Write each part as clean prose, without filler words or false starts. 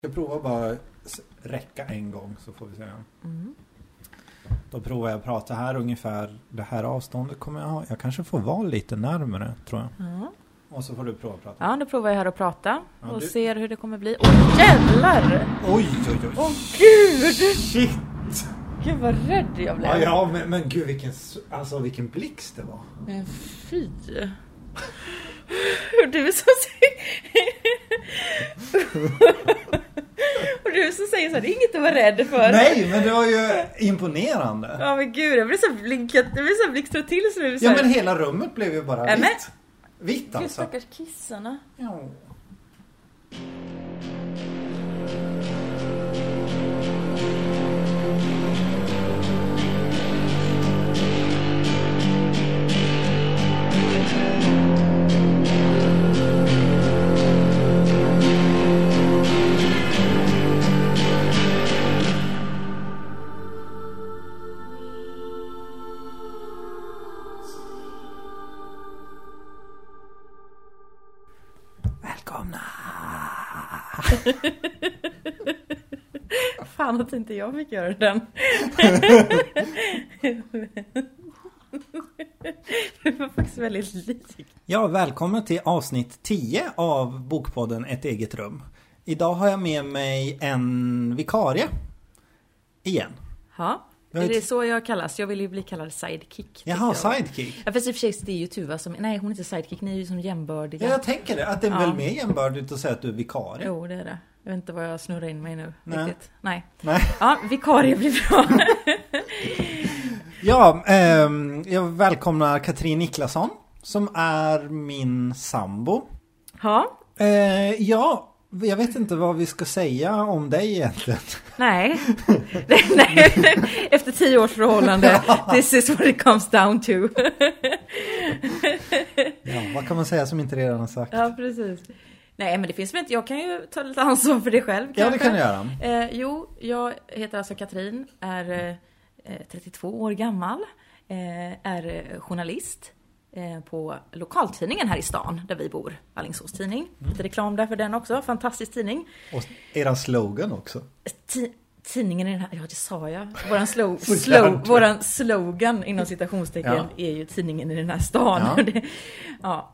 Jag provar bara räcka en gång så får vi se. Då provar jag att prata här ungefär. Det här avståndet kommer jag ha. Jag kanske får vara lite närmare, tror jag. Och så får du prova att prata. Ja, då provar jag här att prata. Ja, och du... ser hur det kommer bli. Åh, jävlar! Oj. Åh, gud! Shit! Gud, vad rädd jag blev. Ja, men gud, vilken blixt det var. Men fy. Och du som säger så här, det är inget att vara rädd för. Nej, men det var ju imponerande. Ja, men gud, jag blev så blixtrad till. Så ja, men hela rummet blev ju bara vitt. Vitt alltså. Gud, stackars kissarna. Ja. Fan att inte jag fick göra den. Det var faktiskt väldigt likt. Ja, välkommen till avsnitt 10 av Bokpodden Ett eget rum. Idag har jag med mig en vikarie. Igen. Ja, är det så jag kallas? Jag vill ju bli kallad sidekick. Jaha, sidekick. Ja, fast i och för sig det är ju Tuva som... Nej, hon är inte sidekick, ni är ju som jämbördiga. Ja, jag tänker det. Att det är väl mer jämbördigt att säga att du är vikarie. Jo, det är det. Jag vet inte vad jag snurrar in mig nu. Nej. Riktigt. Nej. Ja, vikarie blir bra. Ja, jag välkomnar Katrin Niklasson som är min sambo. Ja. Ja, jag vet inte vad vi ska säga om dig egentligen. Nej. Efter 10 års förhållande. This is what it comes down to. Ja, vad kan man säga som inte redan har sagt? Ja, precis. Nej, men det finns väl inte. Jag kan ju ta lite ansvar för det själv. Kanske. Ja, det kan du göra. Jo, jag heter alltså Katrin. Är 32 år gammal. Är journalist på lokaltidningen här i stan där vi bor, Alingsås tidning. Lite reklam där för den också, fantastisk tidning. Och eran slogan också. Tidningen är den här, ja det sa jag. Våran slogan inom citationstecken är ju tidningen i den här stan. Ja.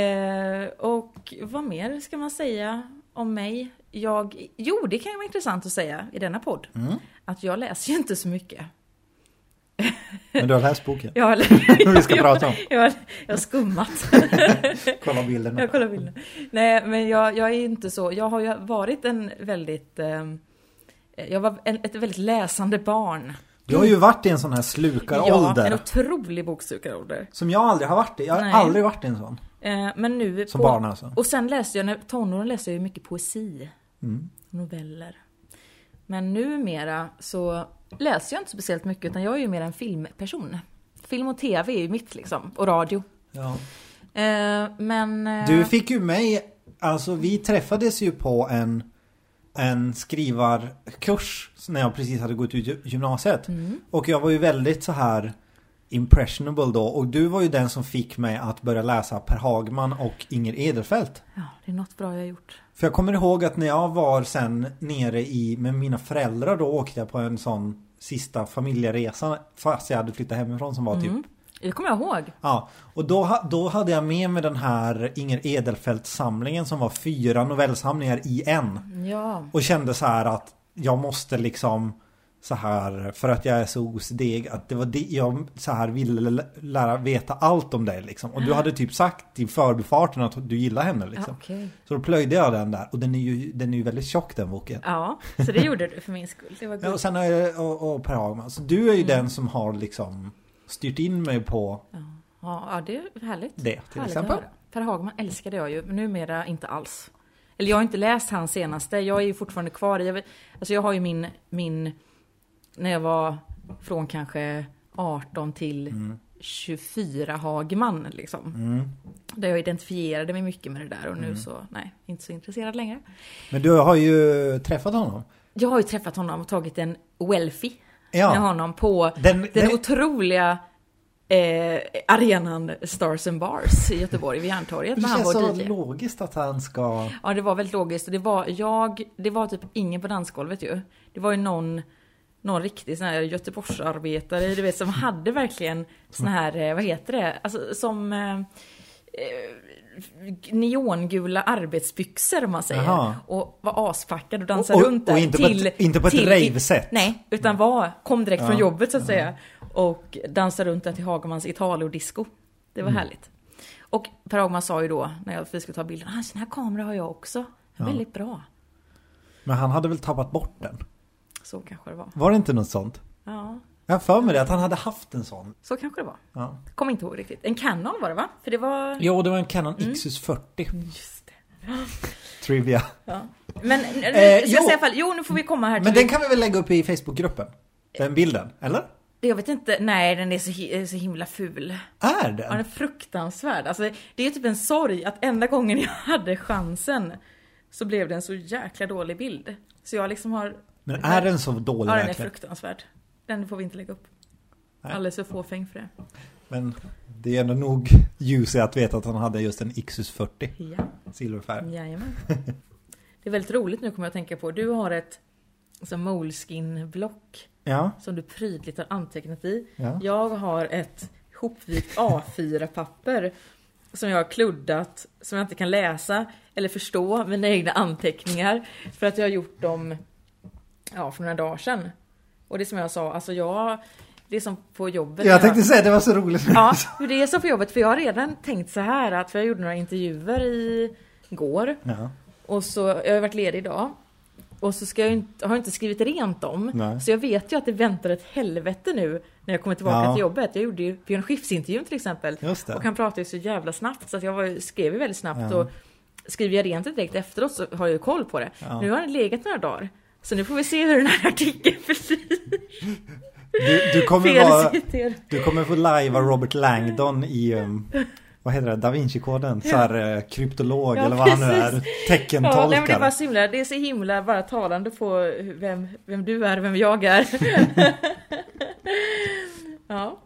Och vad mer ska man säga om mig? Jo, det kan ju vara intressant att säga i denna podd. Att jag läser ju inte så mycket. Men du har läst boken? Vi ska prata om. Jag har skummat. Kolla bilderna. Jag kollar bilderna. Nej, men jag är inte så. Jag har ju varit en väldigt... jag var ett väldigt läsande barn. Du har ju varit i en sån här slukarålder. Ja, en otrolig bokstukarålder. Som jag aldrig har varit i. Jag har aldrig varit i en sån. Men nu som barn alltså. Och sen läste jag, när tonåren läste jag ju mycket poesi. Noveller. Men numera så läser jag inte speciellt mycket, utan jag är ju mer en filmperson. Film och tv är ju mitt liksom. Och radio. Ja. Men... Du fick ju mig... Alltså vi träffades ju på en skrivarkurs när jag precis hade gått ut gymnasiet. Och jag var ju väldigt så här impressionable då. Och du var ju den som fick mig att börja läsa Per Hagman och Inger Edelfelt. Ja, det är något bra jag har gjort. För jag kommer ihåg att när jag var sen nere med mina föräldrar, då åkte jag på en sån sista familjeresa fast jag hade flyttat hemifrån som var typ... Det kommer jag ihåg. Ja, och då hade jag med mig den här Inger Edelfelt-samlingen som var 4 novellsamlingar i en. Ja. Och kände så här att jag måste liksom så här, för att jag är så OCD, att det var det jag så här ville lära veta allt om dig liksom. Och du hade typ sagt i förbifarten att du gillar henne liksom. Okay. Så då plöjde jag den där. Och den är ju väldigt tjock, den boken. Ja, så det gjorde du för min skull. Det var ja, och sen och Per Hagman. Så du är ju den som har liksom styrt in mig på... Ja, det är härligt. Det till exempel. Per Hagman älskade jag ju, men numera inte alls. Eller jag har inte läst hans senaste. Jag är ju fortfarande kvar i... Alltså jag har ju min när jag var från kanske 18 till 24 Hagman liksom. Där jag identifierade mig mycket med det där. Och nu så, nej, inte så intresserad längre. Men du har ju träffat honom. Jag har ju träffat honom och tagit en selfie med honom på den otroliga arenan Stars and Bars i Göteborg vid Järntorget. Det när han känns var så DJ. logiskt att han ska... Ja, det var väldigt logiskt. Och det var typ ingen på dansgolvet ju. Det var ju någon riktig sån här Göteborgsarbetare, du vet, som hade verkligen sån här, vad heter det? Alltså som neongula arbetsbyxor om man säger. Jaha. Och var aspackad och dansade runt där. Och inte på ett rave-sätt. Nej, utan kom direkt från jobbet så att säga. Och dansade runt där till Hagamans Italo-disco. Det var härligt. Och Per Hagman sa ju då, när vi skulle ta bilden, sån här kamera har jag också. Väldigt bra. Men han hade väl tappat bort den? Så kanske det var. Var det inte något sånt? Ja. Jag har för mig det, att han hade haft en sån. Så kanske det var. Ja. Kommer inte ihåg riktigt. En Canon var det, va? För det var... Jo, det var en Canon XS40. Just det. Trivia. Ja. Men jo. säga i alla fall, nu får vi komma här till... Men den kan vi väl lägga upp i Facebookgruppen? Den bilden, eller? Jag vet inte, nej, den är så himla ful. Är den? Ja, den är fruktansvärd. Alltså, det är typ en sorg att enda gången jag hade chansen så blev det en så jäkla dålig bild. Så jag liksom har... Men är den så dålig? Ja, den är fruktansvärd. Den får vi inte lägga upp. Nej. Alldeles för fåfäng för det. Men det är ändå nog ljus att veta att han hade just en XS40. Ja. Silverfärg. Jajamän. Det är väldigt roligt nu, kommer jag att tänka på. Du har ett Moleskine-block som du prydligt har antecknat i. Ja. Jag har ett hopvikt A4-papper som jag har kluddat, som jag inte kan läsa eller förstå mina egna anteckningar för att jag har gjort dem för några dagar sedan. Och det som jag sa, alltså det är som på jobbet. Jag tänkte säga, det var så roligt. Ja, det är så på jobbet, för jag har redan tänkt så här att, för jag gjorde några intervjuer igår. Ja. Och så, jag har varit ledig idag. Och så har jag inte skrivit rent dem. Nej. Så jag vet ju att det väntar ett helvete nu när jag kommer tillbaka till jobbet. Jag gjorde ju Björn Skifs-intervjun till exempel. Just det. Och han pratade ju så jävla snabbt så att jag skrev ju väldigt snabbt. Och skriver jag rent direkt efteråt så har jag ju koll på det. Ja. Nu har den legat några dagar. Så nu får vi se hur den här artikeln försvinner. Du kommer få live av Robert Langdon i vad heter det? Da Vinci-koden, så här kryptolog eller vad han nu är, teckentolkare. Ja, det är så himla bara talande på vem du är, vem jag är. Ja.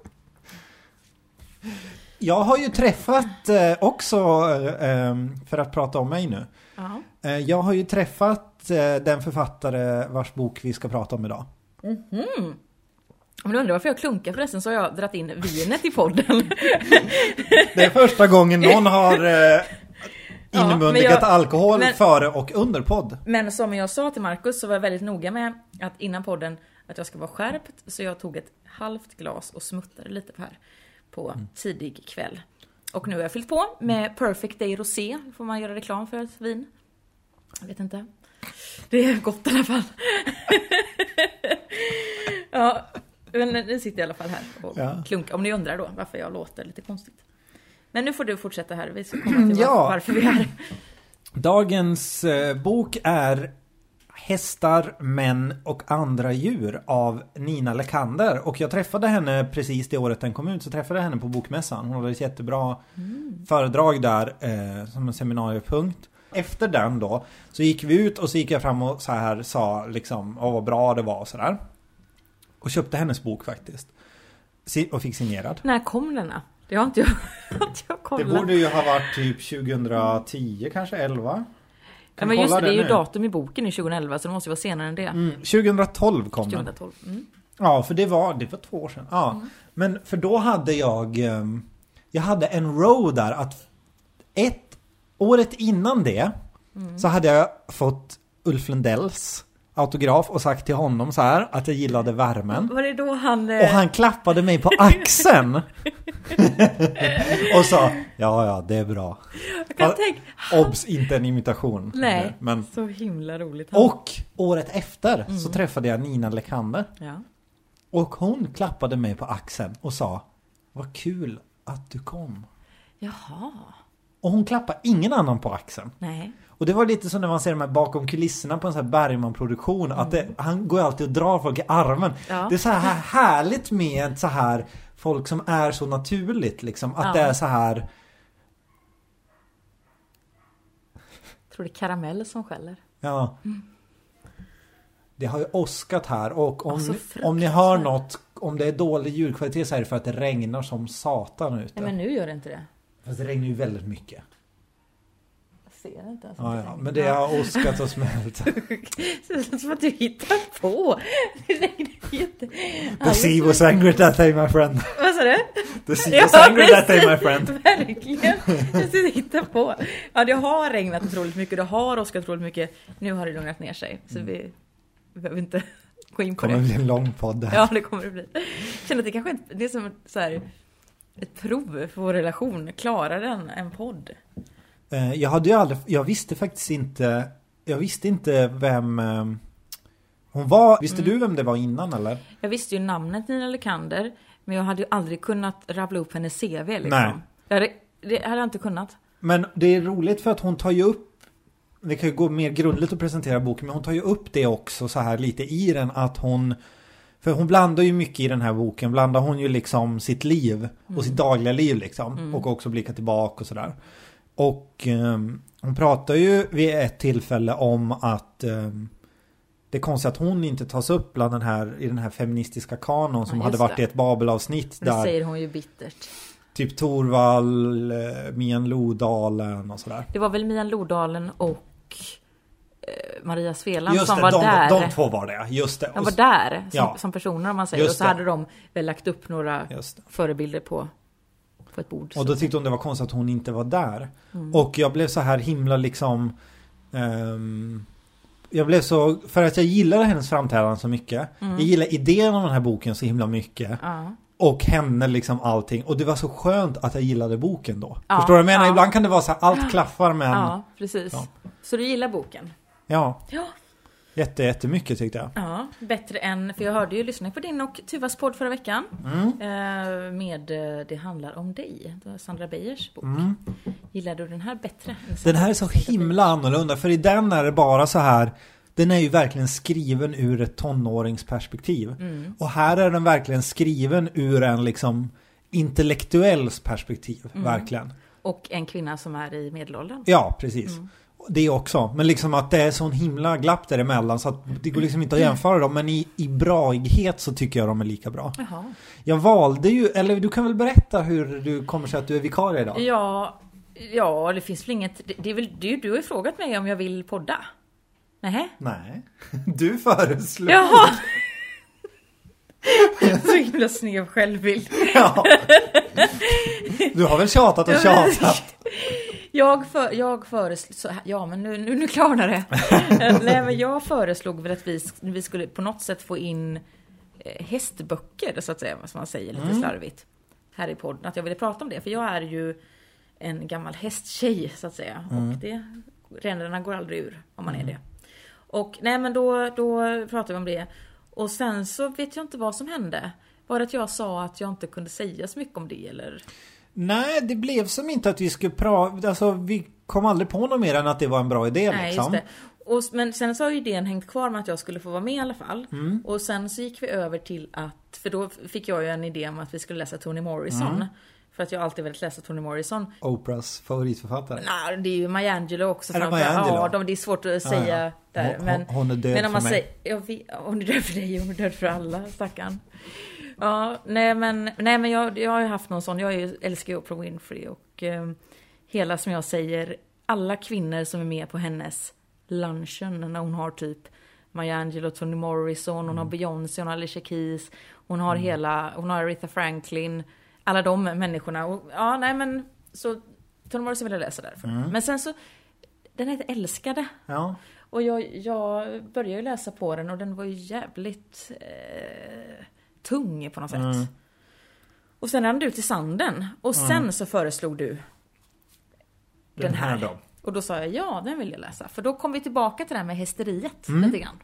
Jag har ju träffat också för att prata om mig nu. Jag har ju träffat den författare vars bok vi ska prata om idag. Mhm. Om du undrar varför jag klunkar förresten, så har jag dratt in vinet i podden. Det är första gången någon har inmundigat alkohol före och under podd. Men som jag sa till Marcus så var jag väldigt noga med att innan podden att jag ska vara skärpt. Så jag tog ett halvt glas och smuttade lite på här på tidig kväll. Och nu har jag fyllt på med Perfect Day Rosé. Får man göra reklam för ett vin? Jag vet inte. Det är gott i alla fall. Ja, men nu sitter jag i alla fall här och klunkar. Om ni undrar då varför jag låter lite konstigt. Men nu får du fortsätta här. Vi ska komma till varför vi är här. Dagens bok är Hästar, män och andra djur av Nina Lekander. Och jag träffade henne precis det året den kom ut, så träffade jag henne på bokmässan. Hon hade ett jättebra föredrag där som en seminariepunkt. Efter den då så gick vi ut och så gick jag fram och så här sa liksom vad bra det var och sådär. Och köpte hennes bok faktiskt. Och fick signerad. När kom den då? Det har inte jag kollat. Det borde ju ha varit typ 2010, kanske 11. Ja, men just det är ju datum i boken i 2011, så det måste ju vara senare än det. 2012 kom 2012. den. Ja, för det var 2 år sedan. Ja. Men för då hade jag hade en row där att året innan det så hade jag fått Ulf Lundells autograf och sagt till honom så här att jag gillade värmen. Var det då han... Och han klappade mig på axeln. Och sa, ja, det är bra. Jag kan tänka... Obs, inte en imitation. Nej, men... så himla roligt. Och året efter så träffade jag Nina Lekander. Ja. Och hon klappade mig på axeln och sa, vad kul att du kom. Jaha. Och hon klappade ingen annan på axeln. Nej. Och det var lite som när man ser de här bakom kulisserna på en sån här Bergman-produktion. Att han går alltid och drar folk i armen. Ja. Det är så här härligt med så här folk som är så naturligt liksom. Att det är så här... Jag tror det är karamell som skäller. Ja. Det har ju åskat här. Och om ni hör något om det är dålig ljudkvalitet så är det för att det regnar som satan ute. Nej, men nu gör det inte det. Fast det regnar ju väldigt mycket. Jag ser inte. Alltså, Ja, men det har åskat och smält. Som att du hittar på. Det regnar jätte... The sea was angry that day, my friend. Vad sa du? The sea was angry that day, my friend. Verkligen. Jag hittar på. Ja, det har regnat otroligt mycket. Det har åskat otroligt mycket. Nu har det lugnat ner sig. Så vi behöver inte gå in på det. Det kommer bli en lång podd här. Ja, det kommer det bli. Jag känner att det kanske det är som så här, ett prov för vår relation. Klarar den en podd? Jag visste faktiskt inte. Jag visste inte vem hon var. Visste du vem det var innan eller? Jag visste ju namnet Nina Lekander, men jag hade ju aldrig kunnat rabbla upp hennes CV liksom. Nej. Det hade jag inte kunnat. Men det är roligt för att hon tar ju upp, det kan ju gå mer grundligt att presentera boken, men hon tar ju upp det också så här lite i den att för hon blandar ju mycket i den här boken, blandar hon ju liksom sitt liv och sitt dagliga liv liksom och också blickar tillbaka och sådär. Och hon pratar ju vid ett tillfälle om att det är konstigt att hon inte tas upp bland i den här feministiska kanon som hade varit i ett Babelavsnitt. Det säger hon ju bittert. Typ Torvald, Mian Lodalen och sådär. Det var väl Mian Lodalen och Maria Sveland just som det, var där. De två var det, just det. De var där som personer om man säger. Just och så hade de väl lagt upp några förebilder på ett bord. Och då tyckte hon det var konstigt att hon inte var där. Och jag blev så här himla liksom... jag blev så... För att jag gillade hennes framträdande så mycket. Jag gillar idén om den här boken så himla mycket. Och henne liksom allting. Och det var så skönt att jag gillade boken då. Förstår du vad jag menar? Ibland kan det vara så här, allt klaffar men... Ja, precis. Ja. Så du gillar boken? Ja. Jättemycket tyckte jag. Ja, bättre än... För jag hörde ju lyssna på din och Tuvas podd förra veckan. Med Det handlar om dig. Det var Sandra Beijers bok. Gillar du den här bättre? Den här är så himla annorlunda. För i den är det bara så här... Den är ju verkligen skriven ur ett tonåringsperspektiv. Och här är den verkligen skriven ur en liksom intellektuells perspektiv. Verkligen. Och en kvinna som är i medelåldern. Ja, precis. Det också. Men liksom att det är sån himla glapp däremellan så att det går liksom inte att jämföra dem. Men i braighet så tycker jag de är lika bra. Jaha. Jag valde ju, eller du kan väl berätta hur du kommer sig att du är vikarie idag? Ja, det finns väl inget... Det är väl du har frågat mig om jag vill podda. Nej. Du föreslår. Jaha. Så himla snäv självbild. Ja. Du har väl tjatat och tjatat. Jag föreslog... Ja, men nu klarnar det. Nej, men jag föreslog väl att vi skulle på något sätt få in hästböcker, så att säga, som man säger lite slarvigt, här i podden. Att jag ville prata om det, för jag är ju en gammal hästtjej, så att säga. Och ränderna går aldrig ur om man är det. Och nej, men då pratade vi om det. Och sen så vet jag inte vad som hände. Var det att jag sa att jag inte kunde säga så mycket om det, eller? Nej, det blev som inte att vi skulle prata... Alltså, vi kom aldrig på något mer än att det var en bra idé. Nej, liksom. Just det. Men sen så har idén hängt kvar med att jag skulle få vara med i alla fall. Och sen så gick vi över till att... För då fick jag ju en idé om att vi skulle läsa Toni Morrison. För att jag alltid velat läsa Toni Morrison. Oprahs favoritförfattare. Nej, det är ju Maya Angelou också. Är det Maya Angelou? Ja, det är svårt att säga där. Men, hon är död men om man för mig. Säger, hon är död för dig, hon är död för alla, stackarn. Ja, nej men jag har ju haft någon sån. Jag älskar ju Oprah Winfrey. Och hela, som jag säger, alla kvinnor som är med på hennes lunchen, när hon har typ Maya Angelou, Toni Morrison, hon har Beyoncé, hon har Alicia Keys, hon har hon har Aretha Franklin, alla de människorna. Och, ja, nej men så Toni Morrison vill jag läsa därför. Men sen så, den heter Älskade. Ja. Och jag började ju läsa på den och den var ju jävligt tung på något sätt. Och sen rann du till sanden. Och sen så föreslog du den här. Då. Och då sa jag, ja, den vill jag läsa. För då kom vi tillbaka till det här med hästeriet lite grann.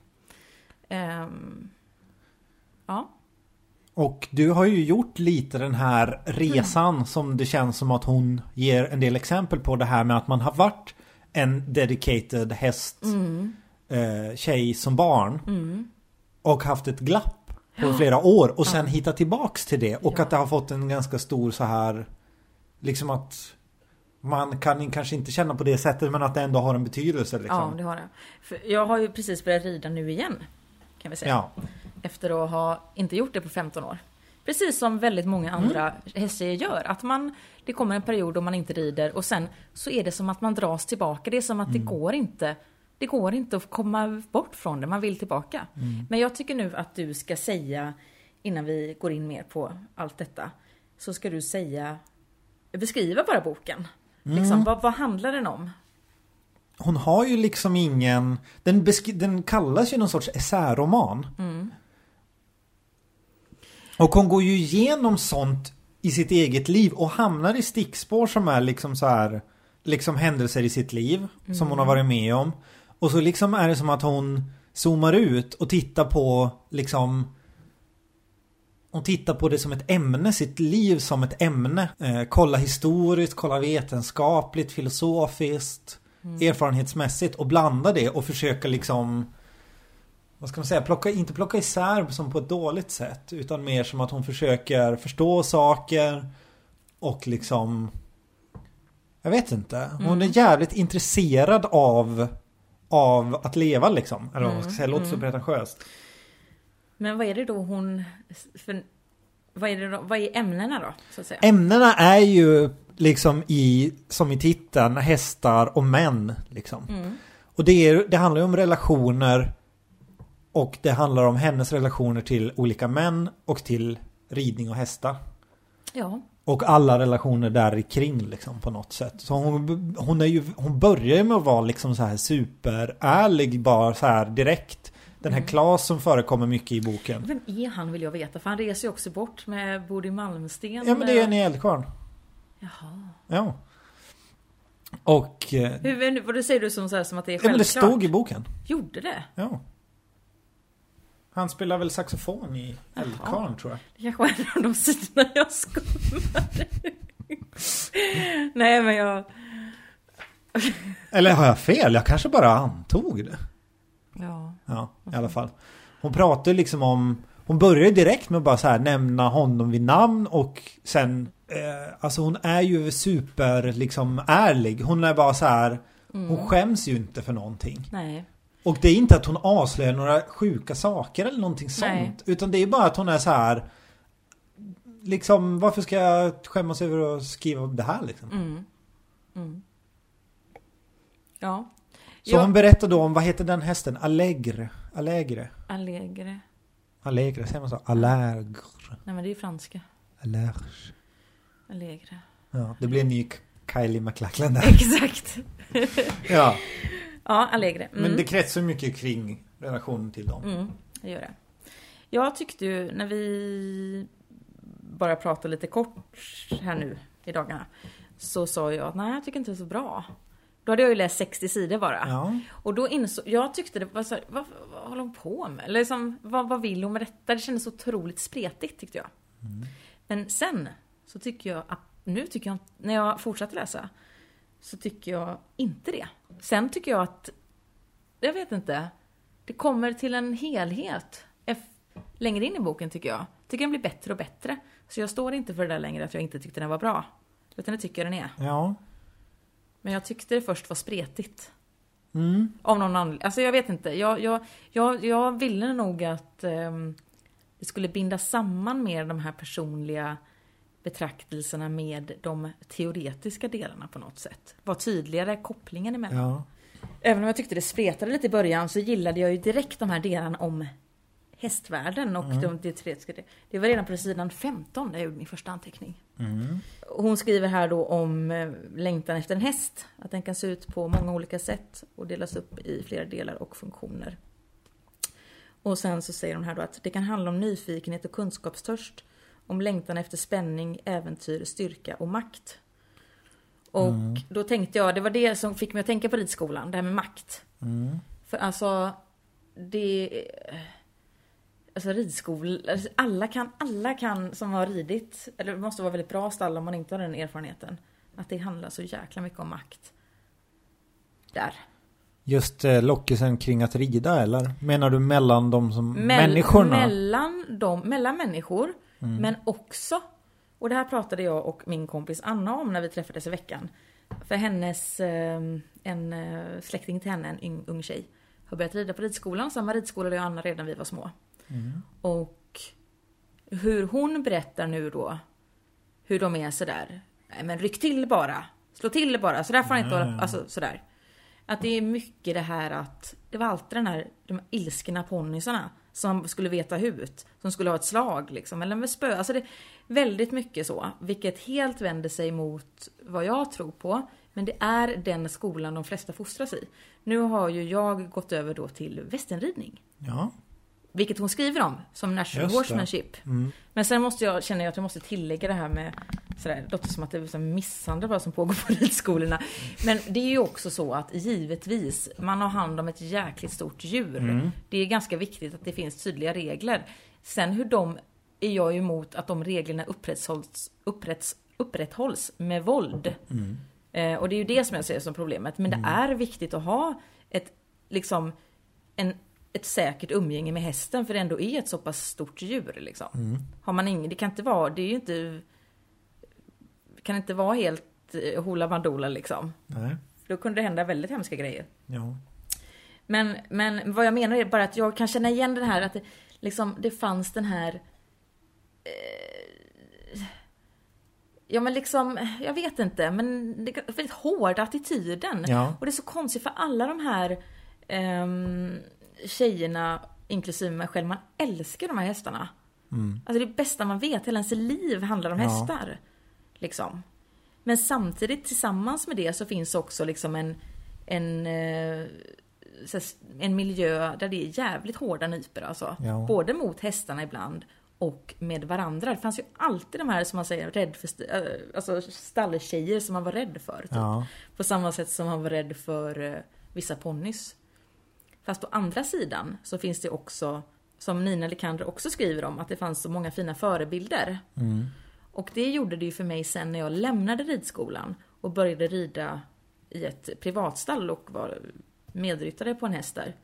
Ja. Och du har ju gjort lite den här resan som det känns som att hon ger en del exempel på, det här med att man har varit en dedicated häst tjej som barn och haft ett glapp på flera år och sen hitta tillbaks till det och att det har fått en ganska stor så här, liksom att man kan kanske inte känna på det sättet, men att det ändå har en betydelse liksom. Ja, det har det. För jag har ju precis börjat rida nu igen, kan vi säga. efter att ha inte gjort det på 15 år. Precis som väldigt många andra hästtjejer gör. Att det kommer en period då man inte rider och sen så är det som att man dras tillbaka. Det är som att det går inte att komma bort från det. Man vill tillbaka. Men jag tycker nu att du ska säga, innan vi går in mer på allt detta, så ska du beskriva bara boken. Liksom, vad handlar den om? Hon har ju liksom ingen... Den kallas ju någon sorts essäroman. Och hon går ju igenom sånt i sitt eget liv och hamnar i stickspår som är liksom så här, liksom händelser i sitt liv som hon har varit med om. Och så liksom är det som att hon zoomar ut och tittar på liksom... Hon tittar på det som ett ämne, sitt liv som ett ämne. Kolla historiskt, kolla vetenskapligt, filosofiskt, erfarenhetsmässigt och blanda det och försöka liksom, vad ska man säga, inte plocka isär som på ett dåligt sätt, utan mer som att hon försöker förstå saker och liksom, jag vet inte, hon är jävligt intresserad av att leva liksom, eller vad man ska säga, låter så pretentiöst. Men vad är det då vad är ämnena då, så att säga? Ämnena är ju liksom som i titeln, hästar och män liksom. Och det handlar ju om relationer, och det handlar om hennes relationer till olika män och till ridning och hästar. Ja. Och alla relationer där kring liksom på något sätt. Så hon börjar ju med att vara liksom så här superärlig, bara så här direkt. Den här Claes som förekommer mycket i boken. Vem är han, vill jag veta? För han reser ju också bort med Bodil Malmsten. Ja, men det är en i Eldkvarn. Jaha. Ja. Och... Vad säger du som, så här, som att det är självklart? Ja, men det stod i boken. Gjorde det? Ja. Han spelar väl saxofon i Eldkvarn, tror jag. Det kanske var en av de sidorna jag skummade. Nej, men jag... Eller har jag fel? Jag kanske bara antog det. Ja, i alla fall. Hon pratar liksom om... Hon börjar direkt med att bara så här nämna honom vid namn, och sen... alltså hon är ju super liksom ärlig. Hon är bara så här... Hon skäms ju inte för någonting. Nej. Och det är inte att hon avslöjar några sjuka saker eller någonting sånt. Nej. Utan det är bara att hon är så här... Liksom, varför ska jag skämmas över att skriva det här liksom? Ja. Så hon berättar då om, vad heter den hästen? Allegre, säger man så? Allegre. Nej, men det är ju franska. Allegre. Ja, det blir en ny Kylie McLachlan där. Exakt. Ja. Ja, Allegre. Men det kretsar mycket kring relationen till dem. Det gör det. Jag tyckte ju, när vi bara pratade lite kort här nu i dagarna, så sa jag att nej, jag tycker inte det är så bra. Då hade jag ju läst 60 sidor bara. Ja. Och då jag tyckte det var så här, vad håller hon på med? Eller liksom, vad vill hon med detta? Det kändes så otroligt spretigt, tyckte jag. Men sen så tycker jag att, när jag fortsatte läsa, så tycker jag inte det. Sen tycker jag att, jag vet inte, det kommer till en helhet längre in i boken, tycker jag. Tycker den blir bättre och bättre. Så jag står inte för det där längre att jag inte tyckte den var bra. Utan det tycker jag den är. Ja. Men jag tyckte det först var spretigt. Av någon anledning. Alltså jag vet inte. Jag ville nog att det skulle binda samman med de här personliga betraktelserna med de teoretiska delarna på något sätt. Var tydligare kopplingen emellan. Ja. Även om jag tyckte det spretade lite i början, så gillade jag ju direkt de här delarna om hästvärlden och de teoretiska. Det var redan på sidan 15 där jag gjorde min första anteckning. Hon skriver här då om längtan efter en häst. Att den kan se ut på många olika sätt och delas upp i flera delar och funktioner. Och sen så säger hon här då att det kan handla om nyfikenhet och kunskapstörst. Om längtan efter spänning, äventyr, styrka och makt. Och då tänkte jag, det var det som fick mig att tänka på ridskolan, det här med makt. För alltså, ridskola, alltså alla kan som har ridit, eller det måste vara väldigt bra stall om man inte har den erfarenheten, att det handlar så jäkla mycket om makt. Där. Just lockelsen kring att rida, eller? Menar du mellan de som människorna? Mellan människor, men också, och det här pratade jag och min kompis Anna om när vi träffades i veckan. För hennes, en släkting till henne, en ung tjej, har börjat rida på ridskolan, samma ridskola där jag och Anna redan vi var små. Och hur hon berättar nu då, hur de är sådär, nej men ryck till bara, slå till bara, så där får han inte hålla, alltså sådär. Att det är mycket det här att, det var alltid de ilskna ponnysarna som skulle veta hut, som skulle ha ett slag liksom, eller med spö, alltså det är väldigt mycket så, vilket helt vänder sig mot vad jag tror på, men det är den skolan de flesta fostras i. Nu har ju jag gått över då till västernridning. Ja. Vilket hon skriver om som national horsemanship. Men sen känner jag att jag måste tillägga det här med sådär, det låter som att det är misshandel vad som pågår på ridskolorna. Men det är ju också så att givetvis man har hand om ett jäkligt stort djur. Det är ganska viktigt att det finns tydliga regler. Sen hur är jag emot att de reglerna upprätthålls med våld. Och det är ju det som jag ser som problemet. Men det är viktigt att ha ett säkert umgänge med hästen, för det ändå är ett så pass stort djur liksom. Har man ingen, det kan inte vara, det är ju inte, kan inte vara helt hula bandola liksom. Nej. Då kunde det hända väldigt hemska grejer. Ja. Men vad jag menar är bara att jag kan känna igen det här att det fanns den här ja men liksom, jag vet inte, men det är väldigt hårda attityden. Ja. Och det är så konstigt för alla de här tjejerna, inklusive mig själv, man älskar de här hästarna. Alltså det bästa man vet, hela ens liv handlar om hästar. Liksom. Men samtidigt tillsammans med det så finns också liksom en miljö där det är jävligt hårda nyper alltså. Ja. Både mot hästarna ibland och med varandra. Det fanns ju alltid de här som man säger rädd för alltså stalltjejer som man var rädd för typ. Ja. På samma sätt som man var rädd för vissa ponnys. Fast å andra sidan så finns det också, som Nina Lekander också skriver om, att det fanns så många fina förebilder. Och det gjorde det ju för mig sen när jag lämnade ridskolan och började rida i ett privatstall och var medryttare på en häst där.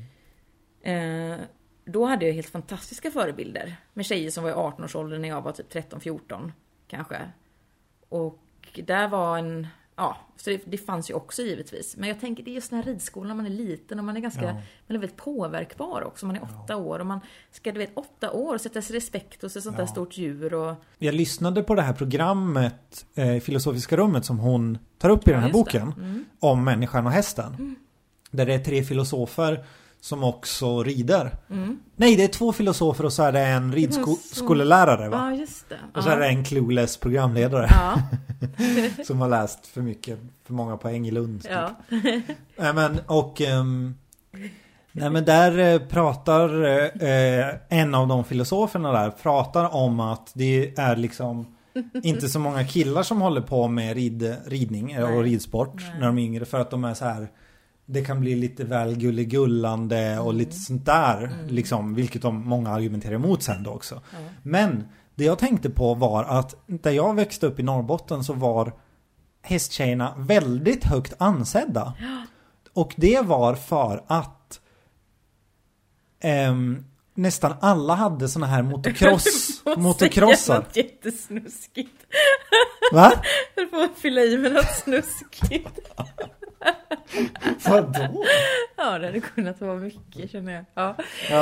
Då hade jag helt fantastiska förebilder med tjejer som var i 18-årsåldern när jag var typ 13-14 kanske. Och där var så det fanns ju också givetvis. Men jag tänker det är just den här ridskolan, man är liten och man är ganska, man är väldigt påverkbar också. Man är 8 år och man ska 8 år sätta sig respekt hos ett sånt där stort djur. Och... Jag lyssnade på det här programmet Filosofiska rummet som hon tar upp i den här boken om människan och hästen. Där det är 3 filosofer som också rider. Nej, det är 2 filosofer och så är det en ridskolelärare va? Ja, just det. Och så är det en clueless programledare. Som har läst för många poäng i Lund. Ja. Men där pratar en av de filosoferna där pratar om att det är liksom inte så många killar som håller på med ridning och ridsport när de är yngre, för att de är så här, det kan bli lite väl gulligullande och lite sånt där liksom, vilket många argumenterar emot sen då också. Men det jag tänkte på var att där jag växte upp i Norrbotten så var hästtjejerna väldigt högt ansedda. Och det var för att nästan alla hade såna här motocrossar. Det är jättesnuskigt. Va? Jag får fylla i med något snuskigt. Vadå? Ja, det hade kunnat vara mycket, känner jag. Ja.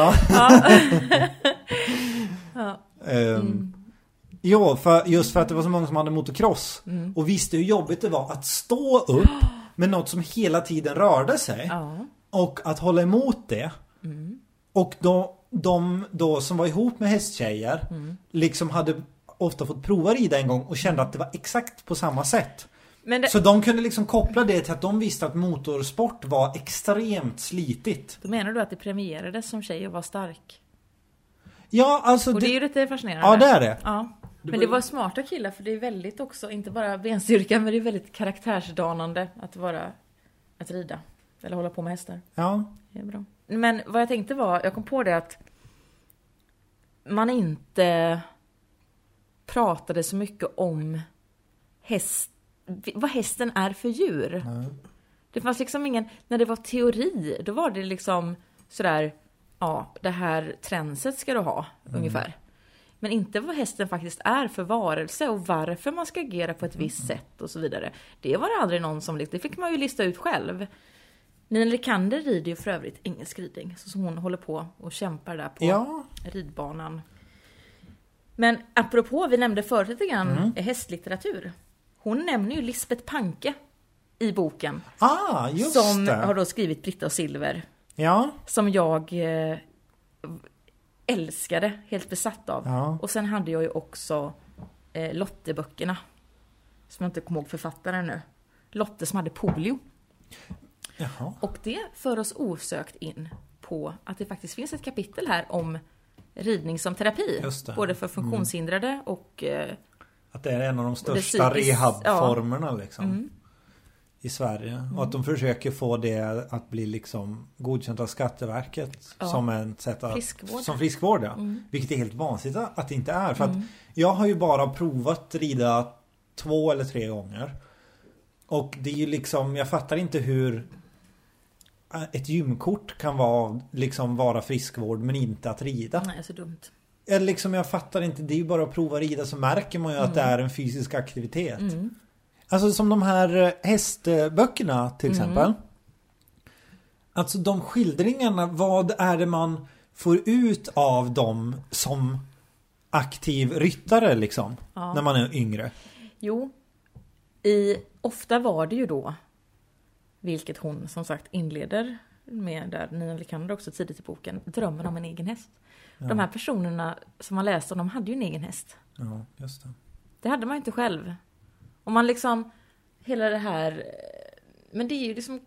Ja, just för att det var så många som hade motocross och visste hur jobbigt det var att stå upp med något som hela tiden rörde sig och att hålla emot det. Och de som var ihop med hästtjejer liksom hade ofta fått prova rida en gång och kände att det var exakt på samma sätt. Så de kunde liksom koppla det till att de visste att motorsport var extremt slitigt. Då menar du att det premierades som tjej och var stark? Ja, alltså... Och det är ju lite fascinerande. Ja, det är det. Ja. Men det var smarta killar, för det är väldigt också, inte bara benstyrka, men det är väldigt karaktärsdanande att rida. Eller hålla på med hästar. Ja. Det är bra. Men vad jag tänkte var, jag kom på det att man inte pratade så mycket om vad hästen är för djur. Det fanns liksom ingen, när det var teori, då var det liksom sådär, det här tränset ska du ha, ungefär. Men inte vad hästen faktiskt är för varelse och varför man ska agera på ett visst sätt och så vidare. Det var det aldrig någon som, det fick man ju lista ut själv. Nina Lekander rider ju för övrigt engelsk ridning. Så som hon håller på och kämpar där på ridbanan. Men apropå, vi nämnde förut lite grann hästlitteratur. Hon nämner ju Lisbeth Panke i boken. Just som det. har då skrivit Britta och Silver. Ja. Som jag älskade, helt besatt av. Ja. Och sen hade jag ju också Lotte-böckerna. Som jag inte kommer ihåg författaren nu. Lotte som hade polio. Jaha. Och det för oss osökt in på att det faktiskt finns ett kapitel här om ridning som terapi. Just det. Både för funktionshindrade och... Att det är en av de största rehabformerna liksom. I Sverige. Och att de försöker få det att bli liksom godkänt av Skatteverket som ett sätt att... Friskvård. Som friskvård, ja. Vilket är helt vansinnigt att det inte är. För att jag har ju bara provat rida 2 eller 3 gånger. Och det är ju liksom, jag fattar inte hur ett gymkort kan vara friskvård men inte att rida. Nej, så dumt. Eller liksom, jag fattar inte, det är ju bara att prova rida så märker man ju att det är en fysisk aktivitet. Alltså som de här hästböckerna till exempel. Alltså de skildringarna, vad är det man får ut av dem som aktiv ryttare liksom? När man är yngre. Jo, ofta var det ju då, vilket hon som sagt inleder med, där Nina Lekander också tidigt i boken, drömmen om en egen häst. De här personerna som man läste om, de hade ju en egen häst. Ja, just det. Det hade man ju inte själv. Om man liksom, hela det här, men det är ju liksom,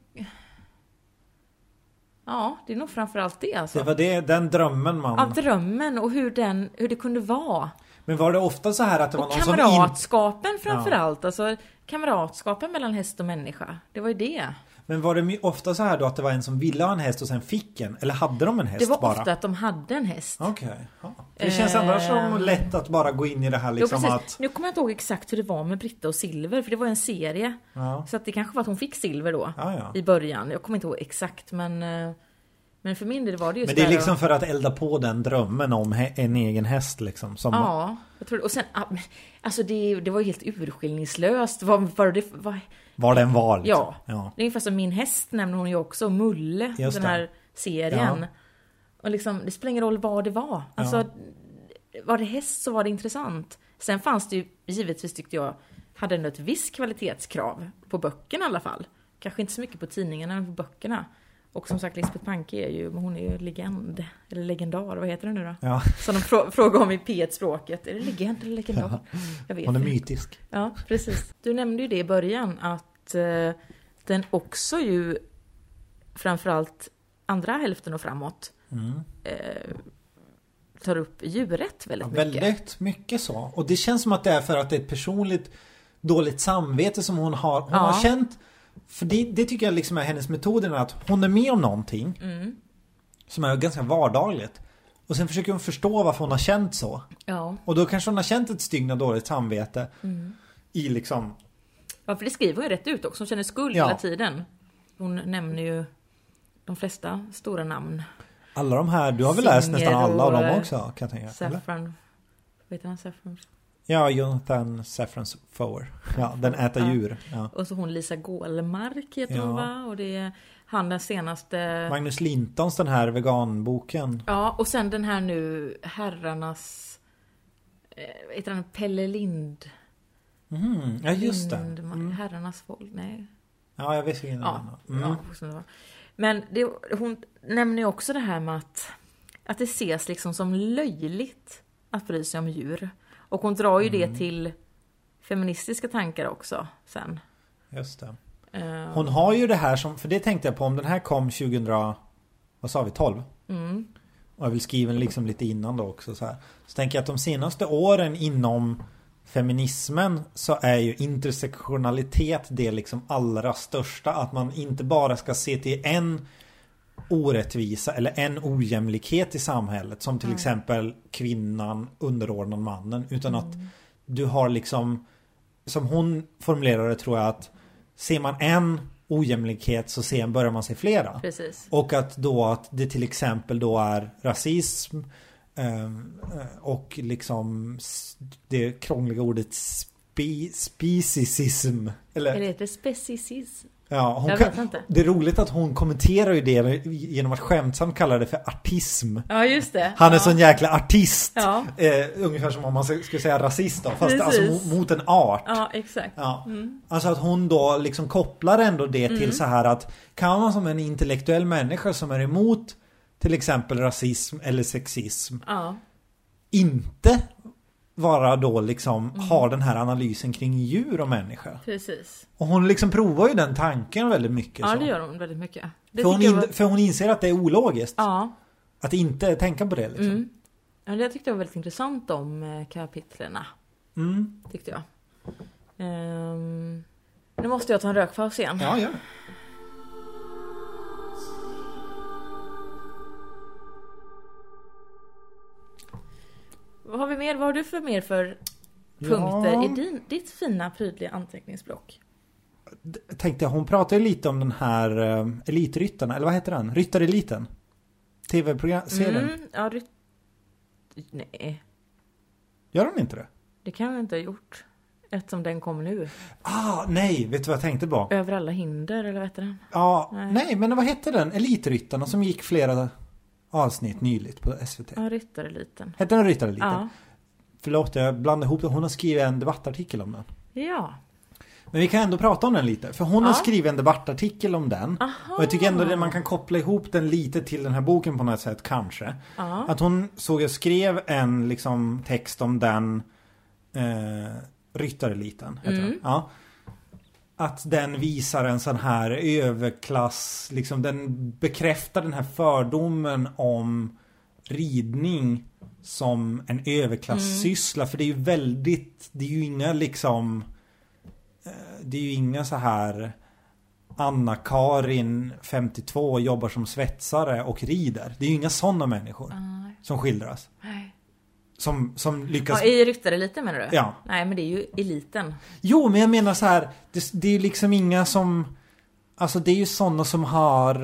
ja, det är nog framförallt det alltså. Det var den drömmen man... Av drömmen och hur det kunde vara. Men var det ofta så här att det var och någon som... kamratskapen framförallt, alltså kamratskapen mellan häst och människa. Det var ju det. Men var det ofta så här då att det var en som ville ha en häst och sen fick en? Eller hade de en häst bara? Det var ofta att de hade en häst. Okej. Ja. Det känns annars som lätt att bara gå in i det här liksom att... Nu kommer jag inte ihåg exakt hur det var med Britta och Silver, för det var en serie. Ja. Så att det kanske var att hon fick Silver då Ja. i början. Jag kommer inte ihåg exakt, men för min del var det just. Men det är liksom för att elda på den drömmen om en egen häst liksom. Som... Ja, jag tror det. Och sen, alltså det var ju helt urskillningslöst. Var den var liksom. Ja. Det är ungefär som Min häst nämner hon ju också. Mulle, just den här serien. Ja. Och liksom, det spelar ingen roll vad det var. Alltså, var det häst så var det intressant. Sen fanns det ju, givetvis tyckte jag, hade ändå ett visst kvalitetskrav på böckerna i alla fall. Kanske inte så mycket på tidningarna, men på böckerna. Och som sagt, Lisbeth Panke är ju, hon är ju legend. Eller legendar, vad heter det nu då? Ja. Som de frågar om i P1-språket. Är det legend eller legendar? Ja. Jag vet hon är inte. mytisk. Ja, precis. Du nämnde ju det i början, att den också ju framförallt andra hälften och framåt tar upp djurrätt väldigt mycket. Väldigt mycket så. Och det känns som att det är för att det är ett personligt dåligt samvete som hon har. Hon har känt, för det tycker jag liksom är hennes metoden, att hon är med om någonting som är ganska vardagligt. Och sen försöker hon förstå varför hon har känt så. Ja. Och då kanske hon har känt ett stygn dåligt samvete i liksom... Ja, för det skriver hon ju rätt ut också. Hon känner skuld hela tiden. Hon nämner ju de flesta stora namn. Alla de här, du har väl läst nästan alla av dem också, kan jag tänka. Saffron. Vet han Saffron? Ja, Jonathan Safran Foer. Ja, den äter djur. Ja. Och så hon Lisa Gålmark heter hon, va? Och det är han den senaste... Magnus Lintons, den här veganboken. Ja, och sen den här nu, herrarnas... heter han Pelle Lind? Ja, just det. Herrarnas folk, nej. Ja, jag vet inte. Ja, men hon nämner ju också det här med att det ses liksom som löjligt att bry sig om djur. Och hon drar ju det till feministiska tankar också sen. Just det. Hon har ju det här som, för det tänkte jag på, om den här kom 12. Och jag vill skriva liksom lite innan då också så här. Så tänker jag att de senaste åren inom feminismen så är ju intersektionalitet det liksom allra största. Att man inte bara ska se till en orättvisa eller en ojämlikhet i samhället, som till exempel kvinnan underordnad mannen, utan att du har liksom, som hon formulerar det, tror jag, att ser man en ojämlikhet så börjar man se flera. Precis. Och att det till exempel då är rasism och liksom det krångliga ordet speciesism. Eller heter det speciesism? Ja, jag vet inte. Det är roligt att hon kommenterar ju det genom att skämtsamt kalla det för artism. Ja, just det. Han är sån jäkla artist. Ja. Ungefär som om man skulle säga rasist då. Fast alltså mot en art. Ja, exakt. Ja. Alltså att hon då liksom kopplar ändå det till så här att kan man som en intellektuell människa som är emot till exempel rasism eller sexism inte vara då liksom har den här analysen kring djur och människa. Precis. Och hon liksom provar ju den tanken väldigt mycket. Ja, så. det gör hon väldigt mycket. För hon inser att det är ologiskt. Ja. Att inte tänka på det liksom. Ja, det tyckte jag var väldigt intressant om kapitlerna. Tyckte jag. Nu måste jag ta en rökpaus igen. Ja, gör. Vad har vi mer? Vad har du för mer för punkter i ditt fina prydliga anteckningsblock? Tänkte jag, hon pratade lite om den här elitryttarna, eller vad heter den? Ryttareliten. TV-serien. Ja, nej. Gör hon inte det? Det kan jag inte ha gjort. Eftersom den kom nu. Nej, vet du vad jag tänkte på? Över alla hinder, eller vad heter den? Ja, nej, men vad hette den? Elitryttarna som gick flera avsnitt nyligt på SVT. Ja, Ryttareliten. Hette den Ryttareliten? Ja. Förlåt, jag blandade ihop det. Hon har skrivit en debattartikel om den. Ja. Men vi kan ändå prata om den lite. För hon har skrivit en debattartikel om den. Aha. Och jag tycker ändå att man kan koppla ihop den lite till den här boken på något sätt, kanske. Att hon skrev en liksom text om den Ryttareliten heter den. Ja. Att den visar en sån här överklass, liksom den bekräftar den här fördomen om ridning som en överklasssyssla. För det är ju väldigt, det är ju inga liksom, det är ju inga så här Anna-Karin 52 jobbar som svetsare och rider. Det är ju inga sådana människor som skildras. Nej. Som lyckas... Ja, i Ryttareliten menar du? Ja. Nej, men det är ju eliten. Jo, men jag menar så här, det är ju liksom inga som... Alltså det är ju sådana som har...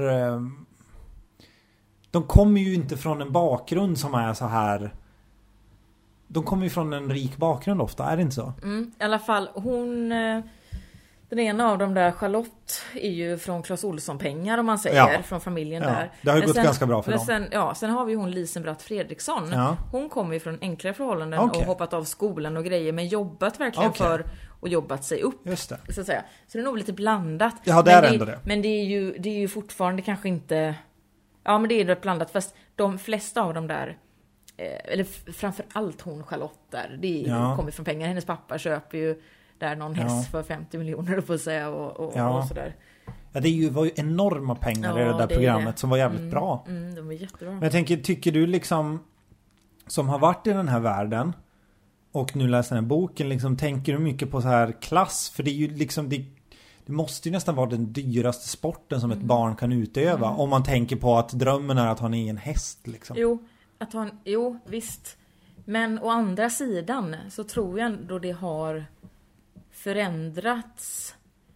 De kommer ju inte från en bakgrund som är så här... De kommer ju från en rik bakgrund ofta, är det inte så? I alla fall, hon... Den ena av dem där, Charlotte, är ju från Clas Ohlson-pengar om man säger, från familjen där. Det har ju gått ganska bra för dem. Sen har vi hon Lisenbratt Fredriksson. Ja. Hon kommer ju från enklare förhållanden och hoppat av skolan och grejer, men jobbat verkligen för och jobbat sig upp. Just det. Så att säga. Så det är nog lite blandat. Ja, det är ändå det. Men det är ju fortfarande kanske inte... Ja, men det är rätt blandat. Fast de flesta av dem där, eller framförallt hon Charlotte där, det kommer från pengar. Hennes pappa köper ju där någon häst för 50 miljoner på att säga och sådär. Ja, det var ju enorma pengar i det där programmet som var jävligt bra. De var jättebra. Men jag tänker, tycker du liksom som har varit i den här världen och nu läser den här boken, liksom, tänker du mycket på så här klass? För det är ju liksom, det måste ju nästan vara den dyraste sporten som ett barn kan utöva. Om man tänker på att drömmen är att ha en egen häst liksom. Jo, visst. Men å andra sidan så tror jag ändå det har förändrats.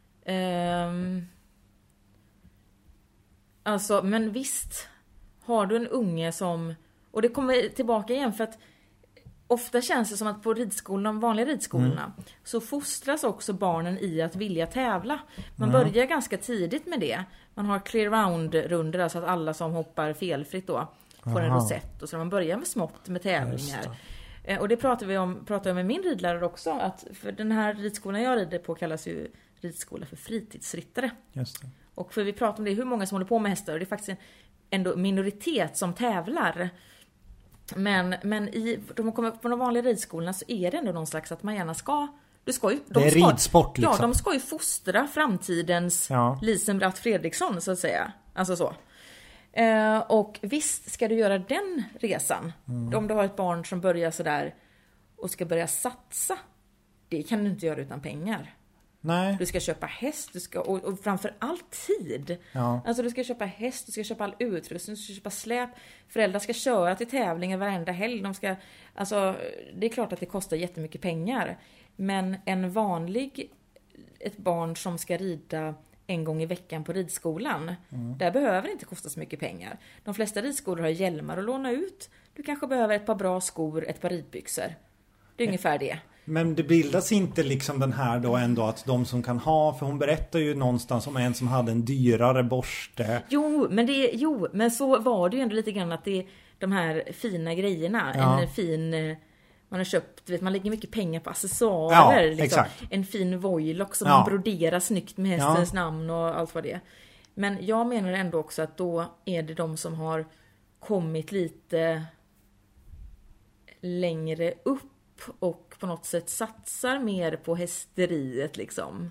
Alltså, men visst har du en unge som, och det kommer tillbaka igen, för att ofta känns det som att på ridskolan, de vanliga ridskolorna, så fostras också barnen i att vilja tävla. Man börjar ganska tidigt med det. Man har clear round-runder, alltså att alla som hoppar felfritt då får en rosett, och så man börjar med smått med tävlingar. Och det pratar jag med min ridlärare också, att för den här ridskolan jag rider på kallas ju ridskola för fritidsryttare. Just det. Och för vi pratar om det, hur många som håller på med hästar, och det är faktiskt ändå minoritet som tävlar. Men de kommer på de vanliga ridskolorna så är det ändå någon slags att man gärna ska... Det är ridsport liksom. Ja, de ska ju fostra framtidens Lisenbratt Fredriksson så att säga. Alltså så. Och visst ska du göra den resan. Om du har ett barn som börjar sådär och ska börja satsa. Det kan du inte göra utan pengar. Nej. Du ska köpa häst, och framför allt tid. Ja. Alltså du ska köpa häst, du ska köpa all utrustning, du ska köpa släp. Föräldrar ska köra till tävlingar varenda helg. Alltså, det är klart att det kostar jättemycket pengar. Men ett barn som ska rida en gång i veckan på ridskolan, där behöver inte kosta så mycket pengar. De flesta ridskolor har hjälmar att låna ut. Du kanske behöver ett par bra skor, ett par ridbyxor. Det är ungefär det. Men det bildas inte liksom den här då ändå att de som kan ha, för hon berättar ju någonstans om en som hade en dyrare borste. Jo, men så var det ju ändå lite grann att det är de här fina grejerna, en fin, man har köpt, vet, man lägger mycket pengar på accessoarer, liksom. Exakt. En fin voilock som man broderar snyggt med hästens namn och allt vad det är. Men jag menar ändå också att då är det de som har kommit lite längre upp och på något sätt satsar mer på hästeriet liksom.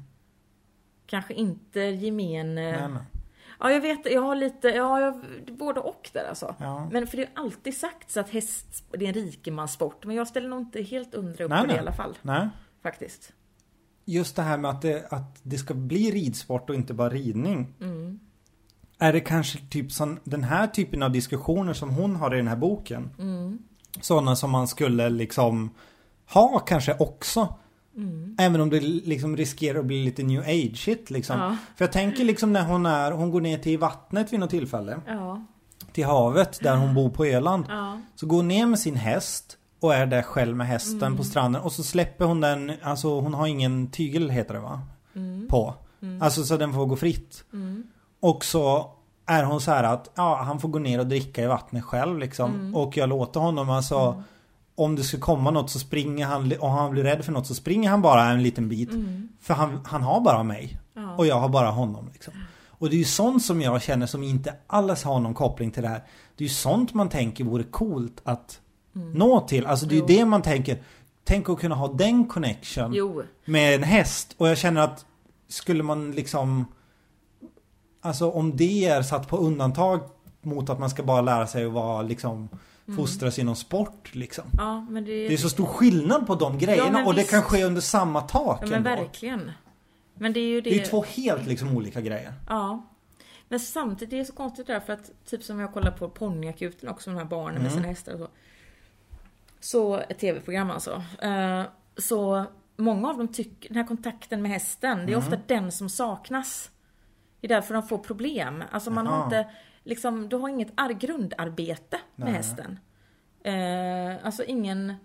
Kanske inte gemene. Nej. Ja, jag vet, jag har lite, både och där alltså. Ja. Men för det är alltid sagt så att häst, det är en rikemanssport. Men jag ställer nog inte helt undra upp på det i alla fall. Nej. Faktiskt. Just det här med att det ska bli ridsport och inte bara ridning. Är det kanske typ som den här typen av diskussioner som hon har i den här boken? Sådana som man skulle liksom ha kanske också. Även om det liksom riskerar att bli lite new age shit liksom. Ja. För jag tänker liksom när hon går ner till vattnet vid något tillfälle. Ja. Till havet där hon bor på Öland. Ja. Så går hon ner med sin häst och är där själv med hästen på stranden. Och så släpper hon den, alltså hon har ingen tygel heter det va? På. Alltså så den får gå fritt. Och så är hon så här att han får gå ner och dricka i vattnet själv liksom. Och jag låter honom alltså om det ska komma något så springer han, och han blir rädd för något så springer han bara en liten bit. För han har bara mig. Och jag har bara honom liksom. Och det är ju sånt som jag känner som inte alls har någon koppling till det här. Det är ju sånt man tänker vore coolt att nå till. Alltså det är ju det man tänker. Tänk att kunna ha den connection med en häst. Och jag känner att skulle man liksom, alltså om det är satt på undantag mot att man ska bara lära sig att vara liksom fostras inom sport liksom. Ja, men det är så stor skillnad på de grejerna och det kan ske under samma tak. Ja, men verkligen. Men det är ju det är två helt liksom olika grejer. Ja. Men samtidigt det är så konstigt där för att typ som jag kollar på Ponnyakuten också, de här barnen med sina hästar och så. Så ett tv-program alltså. Så många av dem tycker den här kontakten med hästen, det är ofta den som saknas. Det är därför de får problem. Alltså man har inte liksom, du har inget grundarbete med hästen. Alltså ingen.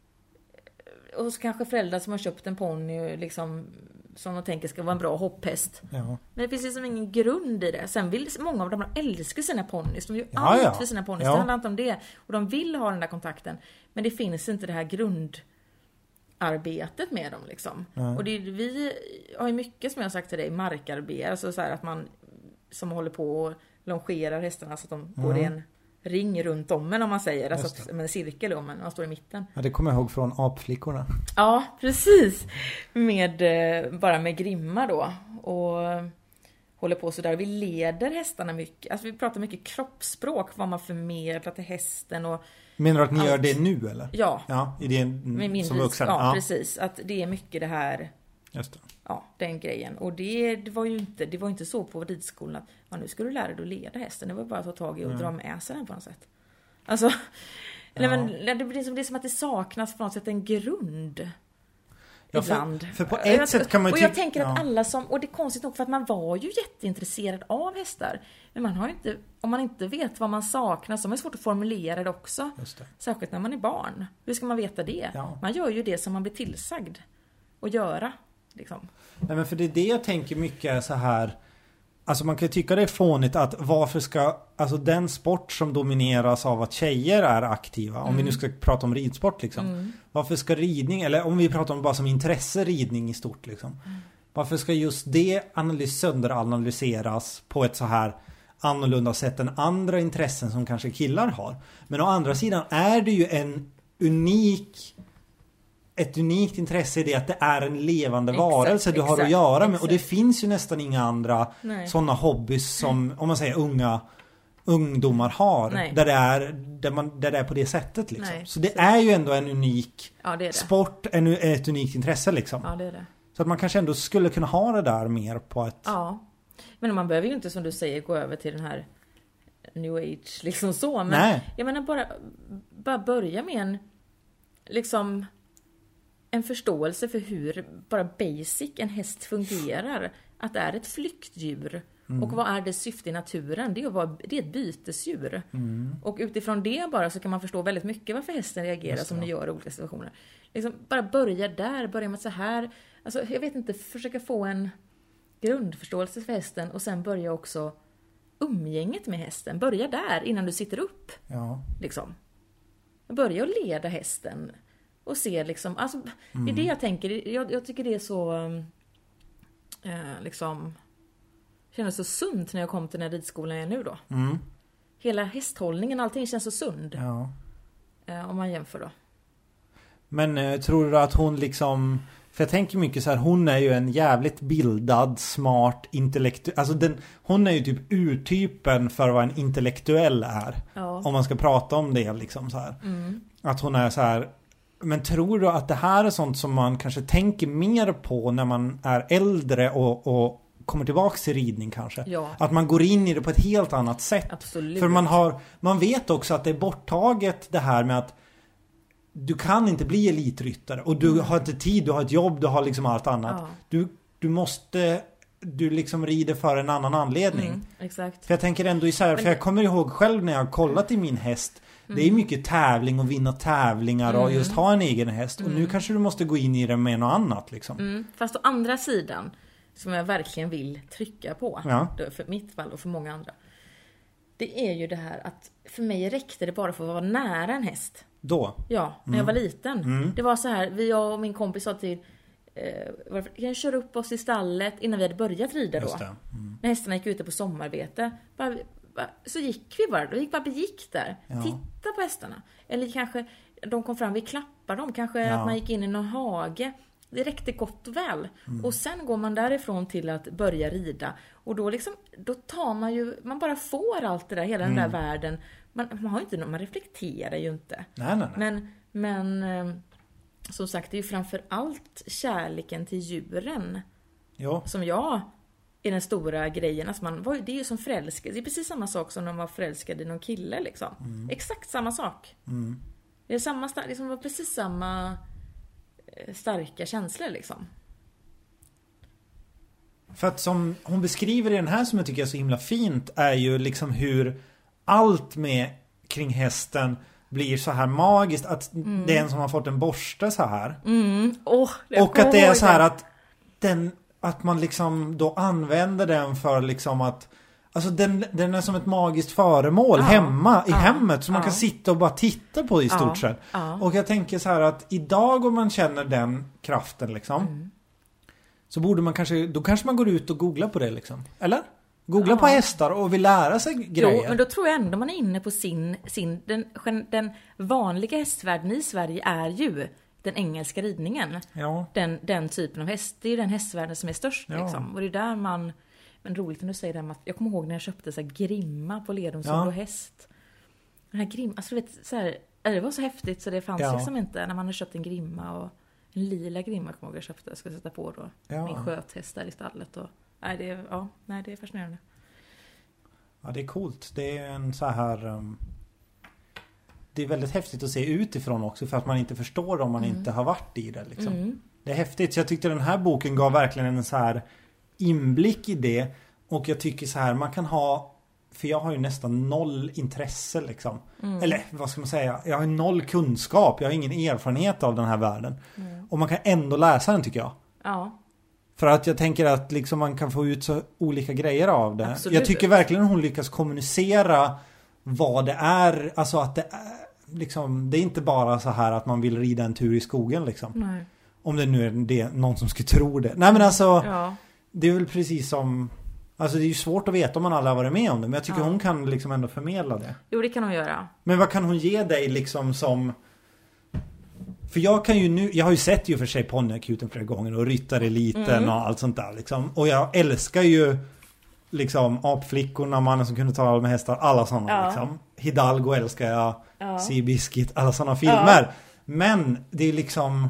Och så kanske föräldrar som har köpt en ponny liksom, som de tänker ska vara en bra hopphäst. Ja. Men det finns liksom ingen grund i det. Sen vill många av dem älskar sina ponnys. De gör allt för sina ponnys. Det handlar inte om det. Och de vill ha den där kontakten. Men det finns inte det här grundarbetet med dem liksom. Och vi har ju mycket som jag har sagt till dig, markarbete. Alltså så här att man som håller på och longerar hästarna så att de går i en ring runt om en om man säger. Alltså en cirkel om en, man står i mitten. Ja, det kommer jag ihåg från apflickorna. Ja, precis. Bara med grimma då. Och håller på så där. Vi leder hästarna mycket. Alltså vi pratar mycket kroppsspråk. Vad man förmedlar till hästen. Och menar du att ni gör det nu eller? Ja. Ja, i det med min som vuxen. Ja, precis. Att det är mycket det här. Just det. Ja, den grejen. Och det var ju inte så på ridskolan att nu ska du lära dig att leda hästen. Det var bara att ta tag i och dra med sig den på något sätt. Alltså, det blir som att det saknas på något sätt en grund. Ja, ibland. För på ett sätt kan man och jag tänker att alla som, och det är konstigt nog för att man var ju jätteintresserad av hästar. Men man har ju inte, om man inte vet vad man saknar så är det svårt att formulera det också. Just det. Särskilt när man är barn. Hur ska man veta det? Ja. Man gör ju det som man blir tillsagd att göra. Liksom. Nej, men för det är det jag tänker mycket är så här. Alltså man kan ju tycka det är fånigt att varför ska, alltså den sport som domineras av att tjejer är aktiva, om vi nu ska prata om ridsport liksom. Varför ska ridning, eller om vi pratar om bara som intresse ridning i stort liksom. Varför ska just det sönderanalyseras på ett så här annorlunda sätt än andra intressen som kanske killar har. Men å andra sidan är det ju ett unikt intresse i det att det är en levande varelse du har att göra med. Och det finns ju nästan inga andra sådana hobbys som, om man säger ungdomar har. Där det är på det sättet liksom. Nej, så det är ju ändå en unik sport, ett unikt intresse liksom. Ja, det är det. Så att man kanske ändå skulle kunna ha det där mer på ett... Ja, men man behöver ju inte som du säger gå över till den här new age liksom så. Men nej. Jag menar bara börja med en förståelse för hur bara basic en häst fungerar. Att det är ett flyktdjur. Och vad är det syfte i naturen? Det är ett bytesdjur. Och utifrån det bara så kan man förstå väldigt mycket varför hästen reagerar som den gör i olika situationer. Liksom bara börja där, börja med så här. Alltså, jag vet inte, försöka få en grundförståelse för hästen och sen börja också umgänget med hästen. Börja där innan du sitter upp. Ja. Liksom. Börja att leda hästen och se liksom, alltså, det är det jag tänker. Jag tycker det är så liksom känns så sunt när jag kom till den här ridskolan jag är nu då. Hela hästhållningen, allting känns så sund. Ja. Om man jämför då. Men tror du att hon liksom... För jag tänker mycket så här, hon är ju en jävligt bildad, smart, intellektuell... Alltså hon är ju typ urtypen för vad en intellektuell är. Ja. Om man ska prata om det liksom så här. Att hon är så här... Men tror du att det här är sånt som man kanske tänker mer på när man är äldre och kommer tillbaka till ridning kanske? Ja. Att man går in i det på ett helt annat sätt. Absolut. För man vet också att det är borttaget det här med att du kan inte bli elitryttare och du har inte tid, du har ett jobb, du har liksom allt annat. Ja. Du liksom rider för en annan anledning. Exakt. För jag tänker ändå isär, för jag kommer ihåg själv när jag har kollat i min häst. Det är mycket tävling och vinna tävlingar och just ha en egen häst. Och nu kanske du måste gå in i det med något annat liksom. Fast å andra sidan, som jag verkligen vill trycka på, för mitt fall och för många andra. Det är ju det här att för mig räckte det bara för att vara nära en häst. Då? Ja, när jag var liten. Det var så här, jag och min kompis sa till jag kör upp oss i stallet innan vi hade börjat rida då. När hästarna gick ute på sommarbete. Så gick vi bara, gick där. Ja. Titta på hästarna. Eller kanske de kom fram, vi klappar dem. Kanske att man gick in i någon hage. Det räckte gott och väl. Och sen går man därifrån till att börja rida. Och då liksom, då tar man ju, man bara får allt det där, hela den där världen. Man har inte, man reflekterar ju inte. Nej. Men som sagt, det är ju framför allt kärleken till djuren. Ja. Som jag är den stora grejen. Alltså det är ju som förälskad. Det är precis samma sak som när man var förälskad i någon kille liksom. Exakt samma sak. Det är samma, liksom var precis samma starka känslor liksom. För att som hon beskriver i den här som jag tycker är så himla fint är ju liksom hur allt med kring hästen blir så här magiskt att det är en som har fått en borste så här. Och att det är så här att man liksom då använder den för liksom att alltså den är som ett magiskt föremål hemma i hemmet som man kan sitta och bara titta på i stort sett. Och jag tänker så här att idag om man känner den kraften liksom så borde man då kanske man går ut och googlar på det liksom. Eller? Googla på hästar och vill lära sig grejer. Jo, men då tror jag ändå man är inne på den vanliga hästvärlden i Sverige är ju den engelska ridningen. Ja. Den typen av häst. Det är ju den hästvärlden som är störst liksom. Och det är där man... Men roligt när du säger det här, jag kommer ihåg när jag köpte så här grimma på Ledonsund och häst. Den här grimma, alltså du vet så här, det var så häftigt så det fanns liksom inte när man har köpt en grimma och en lila grimma kommer jag köpte. Jag ska sätta på då min sköthäst där i stallet och det är fascinerande. Ja, det är coolt. Det är en så här det är väldigt häftigt att se utifrån också för att man inte förstår om man inte har varit i det liksom. Det är häftigt. Så jag tyckte den här boken gav verkligen en så här inblick i det och jag tycker så här man kan ha för jag har ju nästan noll intresse liksom. Eller vad ska man säga? Jag har 0 kunskap. Jag har ingen erfarenhet av den här världen. Och man kan ändå läsa den tycker jag. Ja. För att jag tänker att liksom man kan få ut så olika grejer av det. Absolut. Jag tycker verkligen hon lyckas kommunicera vad det är. Alltså att det är liksom, det är inte bara så här att man vill rida en tur i skogen liksom. Nej. Om det nu är någon som skulle tro det. Nej men alltså det är väl precis som alltså det är ju svårt att veta om man aldrig har varit med om det. Men jag tycker hon kan liksom ändå förmedla det. Jo, det kan hon göra. Men vad kan hon ge dig liksom som... För jag kan ju nu... Jag har ju sett ju för sig Ponnyakuten flera gånger och Ryttareliten och allt sånt där liksom. Och jag älskar ju liksom Apflickorna, Mannen som kunde tala med hästar, alla sådana liksom. Hidalgo älskar jag. Sea Biscuit, alla sådana filmer. Men det är liksom...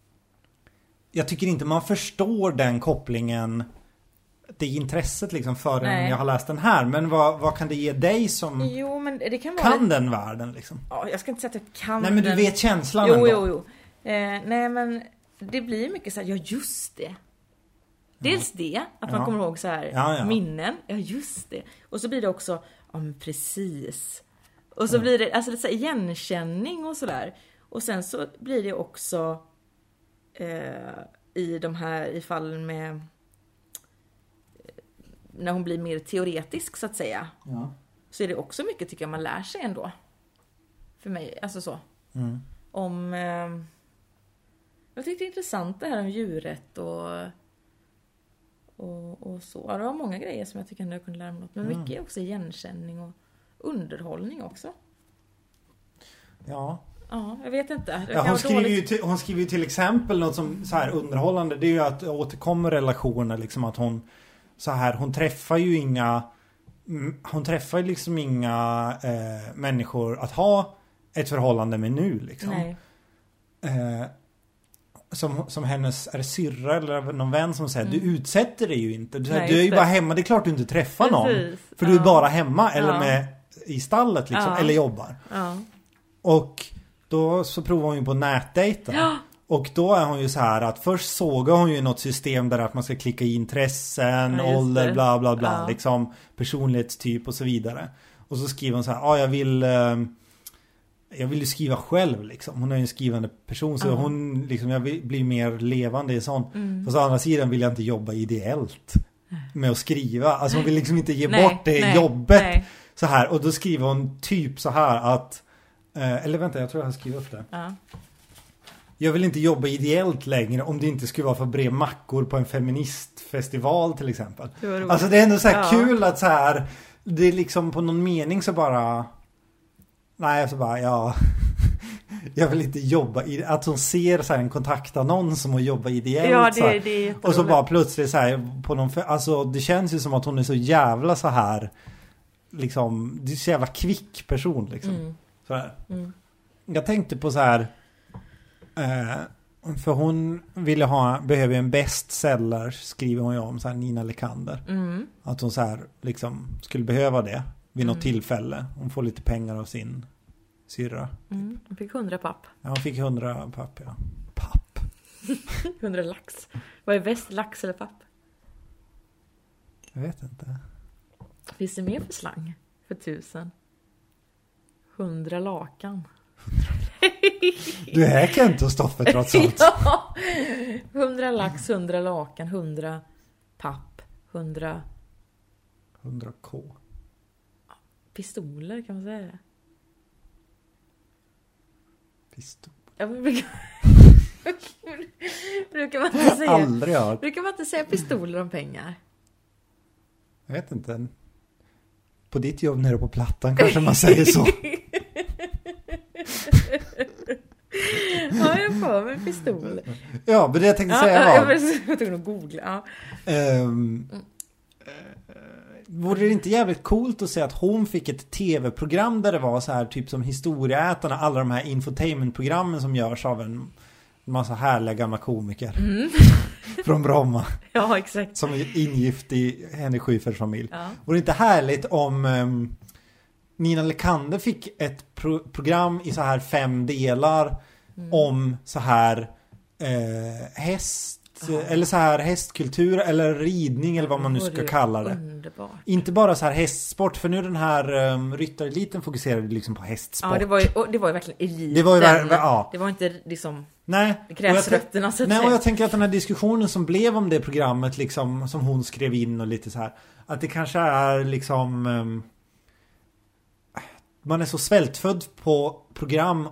Jag tycker inte man förstår den kopplingen... det intresset liksom förrän jag har läst den här. Men vad kan det ge dig som men det kan den världen liksom? Ja, jag ska inte säga att jag kan. Nej, men du vet känslan ändå. Jo. Nej, men det blir mycket så här, ja just det. Dels det, att man kommer ihåg så här minnen. Ja, just det. Och så blir det också, ja men precis. Och så blir det alltså lite så här igenkänning och sådär. Och sen så blir det också i de här i fallen med när hon blir mer teoretisk så att säga. Ja. Så är det också mycket tycker jag man lär sig ändå. För mig, alltså så. Om jag tyckte det är intressant det här om djurrätt och så. Ja, det var många grejer som jag tycker ändå jag kunde lära mig något. Men mycket är också igenkänning och underhållning också. Ja. Ja, jag vet inte. Ja, hon skriver ju till exempel något som så här underhållande. Det är ju att återkommer relationer liksom att hon så här, hon träffar liksom inga människor att ha ett förhållande med nu liksom. Nej. Som hennes, är det syrra eller någon vän som säger du utsätter dig ju inte. Du är ju bara hemma, det är klart du inte träffar någon. För du är bara hemma eller med i stallet liksom, eller jobbar. Ja. Och då så provar hon ju på nätdejten. Ja. Och då är hon ju så här att först sågar hon ju något system där att man ska klicka i intressen, ålder, bla bla bla, liksom personlighetstyp och så vidare. Och så skriver hon så här, jag vill ju skriva själv liksom. Hon är ju en skrivande person så hon liksom, jag vill bli mer levande i sånt. Fast å andra sidan vill jag inte jobba ideellt med att skriva. Alltså hon vill liksom inte ge bort det jobbet. Nej. Så här, och då skriver hon typ så här att eller vänta, jag tror jag har skrivit upp det. Jag vill inte jobba ideellt längre om det inte skulle vara för att bre mackor på en feministfestival till exempel. Alltså det är ändå så här kul att så här, det är liksom på någon mening så bara så bara, jag vill inte jobba att hon ser så här en kontaktannons som att jobba ideellt det och så bara plötsligt så här på någon, alltså det känns ju som att hon är så jävla så här liksom, det är så jävla kvick person liksom. Så här. Jag tänkte på så här för hon ville behöver en bestseller, skriver hon ju om så här, Nina Lekander. Att hon så här liksom skulle behöva det vid något tillfälle. Hon får lite pengar av sin syrra. Hon fick 100 papp. Ja, hon fick 100 papp, ja. Papp. 100 lax. Vad är bäst, lax eller papp? Jag vet inte. Finns det mer för slang? För 1000? 100 lakan. Du är Kent och Stoffe trots allt. 100 lax, 100 lakan, 100 papp, 100 K. Pistoler kan man säga det. Pistol. Ja, brukar man inte säga. Aldrig hört. Brukar man inte säga pistoler om pengar? Jag vet inte. På ditt jobb nere på plattan kanske man säger så. Ja, jag får med pistol. Ja, men det jag tänkte säga var... Jag tog nog googla. Vore det inte jävligt coolt att se att hon fick ett tv-program där det var så här typ som Historieätarna, alla de här infotainment-programmen som görs av en massa härliga gamla komiker från Bromma. Ja, exakt. Som är ingift i Henry Schyfferts familj. Ja. Vore det inte härligt om Nina Lekander fick ett program i så här 5 delar om så här eller så här hästkultur eller ridning eller vad man nu ska kalla det. Underbart. Inte bara så här hästsport, för nu den här ryttareliten fokuserade liksom på hästsport. Ja, det var ju verkligen eliten. Det var inte liksom gräsrötterna så att säga. Och jag tänker att den här diskussionen som blev om det programmet liksom, som hon skrev in och lite så här, att det kanske är liksom man är så svältfödd på program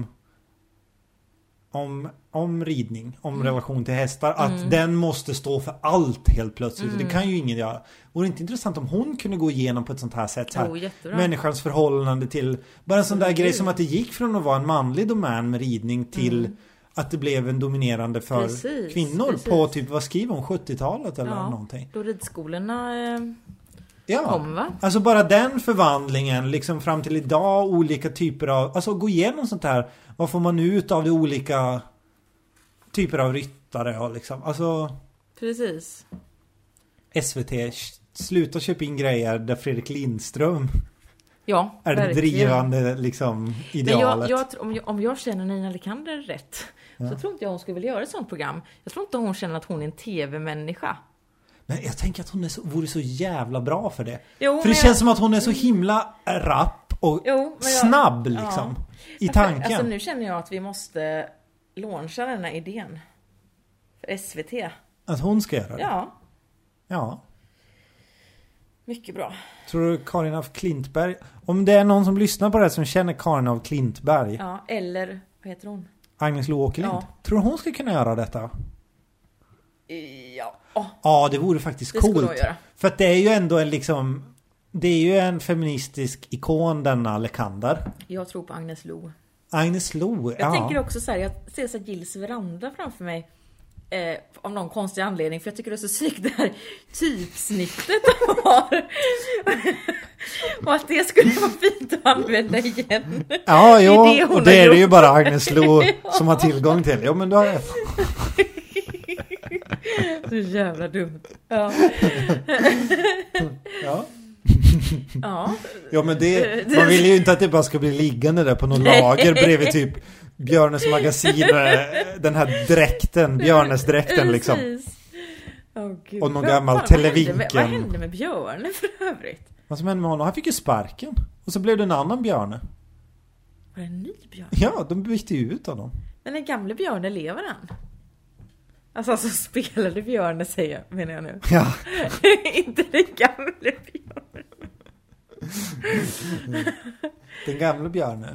om ridning, om relation till hästar, att den måste stå för allt helt plötsligt. Och det kan ju ingen göra. Vore det inte intressant om hon kunde gå igenom på ett sånt här sätt så här, människans förhållande till bara en sån där grej som att det gick från att vara en manlig domän med ridning till att det blev en dominerande för kvinnor på typ, vad skriver hon, 70-talet eller någonting. Då ridskolorna kom, va? Alltså bara den förvandlingen liksom fram till idag, olika typer av, alltså gå igenom sånt här, vad får man ut av de olika typer av ryttare och liksom, alltså precis. SVT, sluta köpa in grejer där Fredrik Lindström är det verkligen drivande liksom idealet. Men om jag känner Nina Lekander rätt så tror inte jag hon skulle vilja göra ett sånt program. Jag tror inte hon känner att hon är en tv-människa. Men jag tänker att hon vore så jävla bra för det. Jo, för det känns som att hon är så himla rapp och snabb liksom. I tanken. Alltså nu känner jag att vi måste launcha den här idén. För SVT. Att hon ska göra det? Ja. Mycket bra. Tror du Karin af Klintberg... Om det är någon som lyssnar på det som känner Karin af Klintberg. Ja, eller vad heter hon? Agnes Lo Åkerlind. Ja. Tror du hon ska kunna göra detta? Ja. Ja, det vore faktiskt coolt. Det skulle hon göra. För att det är ju ändå en liksom... Det är ju en feministisk ikon, denna Lekander. Jag tror på Agnes Lo. Agnes Lo, Jag tänker också så här, jag ser så här Gills veranda framför mig. Av någon konstig anledning. För jag tycker det är så sykt det här typsnittet de har. Och att det skulle vara fint att använda igen. Ja, jo. Och det är det ju bara Agnes Lo som har tillgång till. Ja, men då har jag... Så jävla dumt. Ja. Ja. Ja, men man vill ju inte att det bara ska bli liggande där på någon lager bredvid typ Björnes magasin, den här dräkten, Björnes-dräkten liksom. Gud. Och någon gammal televinken. Vad hände med Björne för övrigt? Vad som hände med honom? Han fick ju sparken. Och så blev det en annan Björne. Var det en ny Björne? Ja, de bytte ju ut honom. Men den gamla Björne, lever han? Alltså spelade Björne, säger jag, menar jag nu. Ja. Inte den gamla Björne. Den gamla Björne.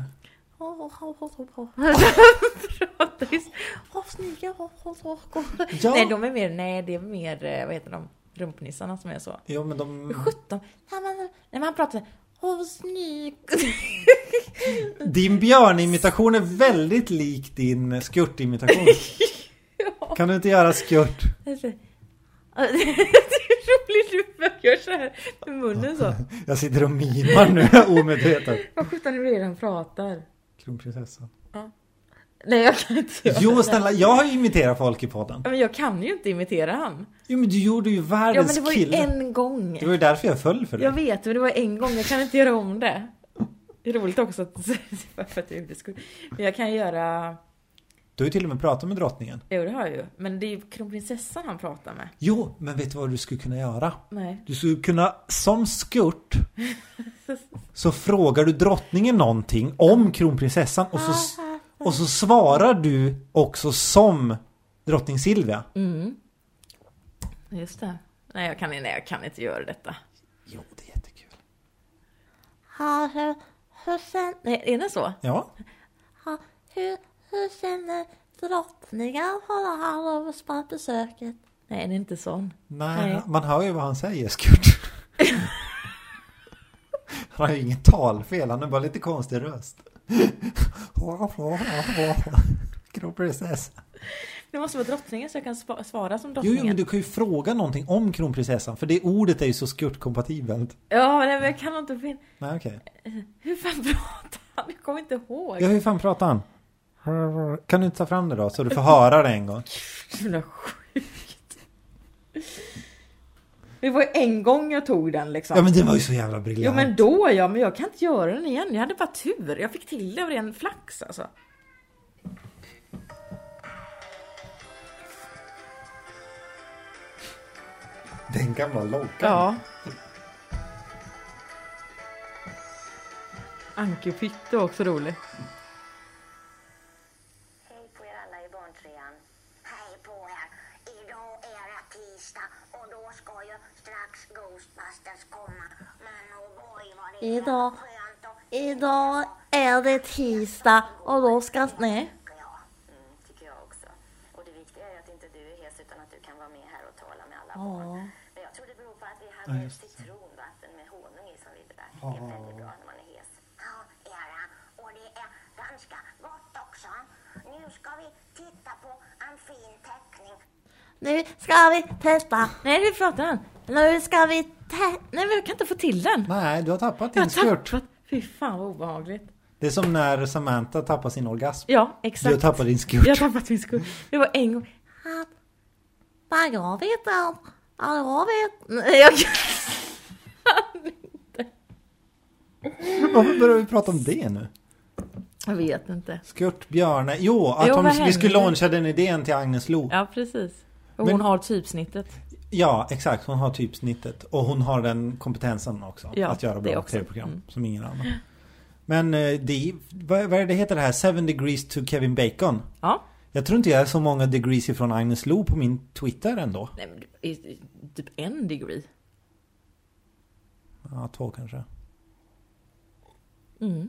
Ja. Nej, de är mer, det är mer, vad heter de? Rumpnissarna som är så. Jo, men de... 17. När man pratar snygg. Din björnimitation är väldigt lik din skurtimitation. Ja. Kan du inte göra skurt? Det är roligt du gör så här med munnen så. Jag sitter och mimar nu omedvetet. Vad sjutton är det han pratar? Kronprinsessan. Ja. Nej, jag kan inte göra Jo, snälla, jag har ju imiterat folk i podden. Men jag kan ju inte imitera han. Jo, men du gjorde ju världens kille. Ja, men det var ju en gång. Det var ju därför jag föll för det. Jag vet, men det var en gång. Jag kan inte göra om det. Det är roligt också att men jag kan göra... Du har ju till och med pratat med drottningen. Jo, det har jag ju. Men det är ju kronprinsessan han pratar med. Jo, men vet du vad du skulle kunna göra? Nej. Du skulle kunna, som skurt, så frågar du drottningen någonting om kronprinsessan och så svarar du också som drottning Silvia. Mm. Just det. Nej, jag kan inte göra detta. Jo, det är jättekul. Nej, är det så? Ja. Hur känner drottningen för det här besöket? Nej, det är inte sån. Nej, man hör ju vad han säger, skurt. Han har ju inget talfel, han är bara lite konstig röst. Kronprinsessan. Det måste vara drottningen så jag kan svara som drottningen. Jo, men du kan ju fråga någonting om kronprinsessan. För det ordet är ju så skurt-kompatibelt. Ja, men jag kan inte finna... Nej, okej. Hur fan pratar han? Jag kommer inte ihåg. Ja, hur fan pratar han? Kan du inte ta fram det då? Så du får höra det en gång. Det är sjukt. Det var en gång jag tog den liksom. Ja, men det var ju så jävla briljant. Jo, men då men jag kan inte göra den igen. Jag hade bara tur. Jag fick till det av en flax alltså. Den gamla loggan. Ja. Anke Pytte också rolig. Hej på er alla i barntrean. Hej på er. Idag är det tisdag och då ska ju strax Ghostbusters komma. Men oh boy vad det är skönt och... Idag är det tisdag och då ska... Nej. Ja, tycker jag också. Och det viktiga är att inte du är hes utan att du kan vara med här och tala med alla barn. Men jag tror det beror på att vi hade citronvatten med honung i som vi drack. Det är väldigt bra när man är hes. Ja, Era. Och det är ganska gott också. Nu ska vi titta på en fin teckning. Nu ska vi testa. Nej, hur pratar han? Nu ska vi Nej, men jag kan inte få till den. Nej, du har tappat din skurt. Fy fan vad obehagligt. Det är som när Samantha tappar sin orgasm. Ja, exakt. Du har tappat din skurt. Jag har tappat min skurt. Det var en gång. Vad jag vet om. Jag vet. Jag kan inte. Varför börjar vi prata om det nu? Jag vet inte. Skurt, Björne. Jo, att vi skulle launcha den idén till Agnes Lo. Ja, precis. Och hon har typsnittet. Ja, exakt. Hon har typsnittet. Och hon har den kompetensen också. Ja, att göra bra också. tv-program som ingen annan. Men vad är det heter det här? 7 degrees to Kevin Bacon. Ja. Jag tror inte jag är så många degrees ifrån Agnes Lo på min Twitter ändå. Nej, men typ 1 degree. Ja, 2 kanske. Mm.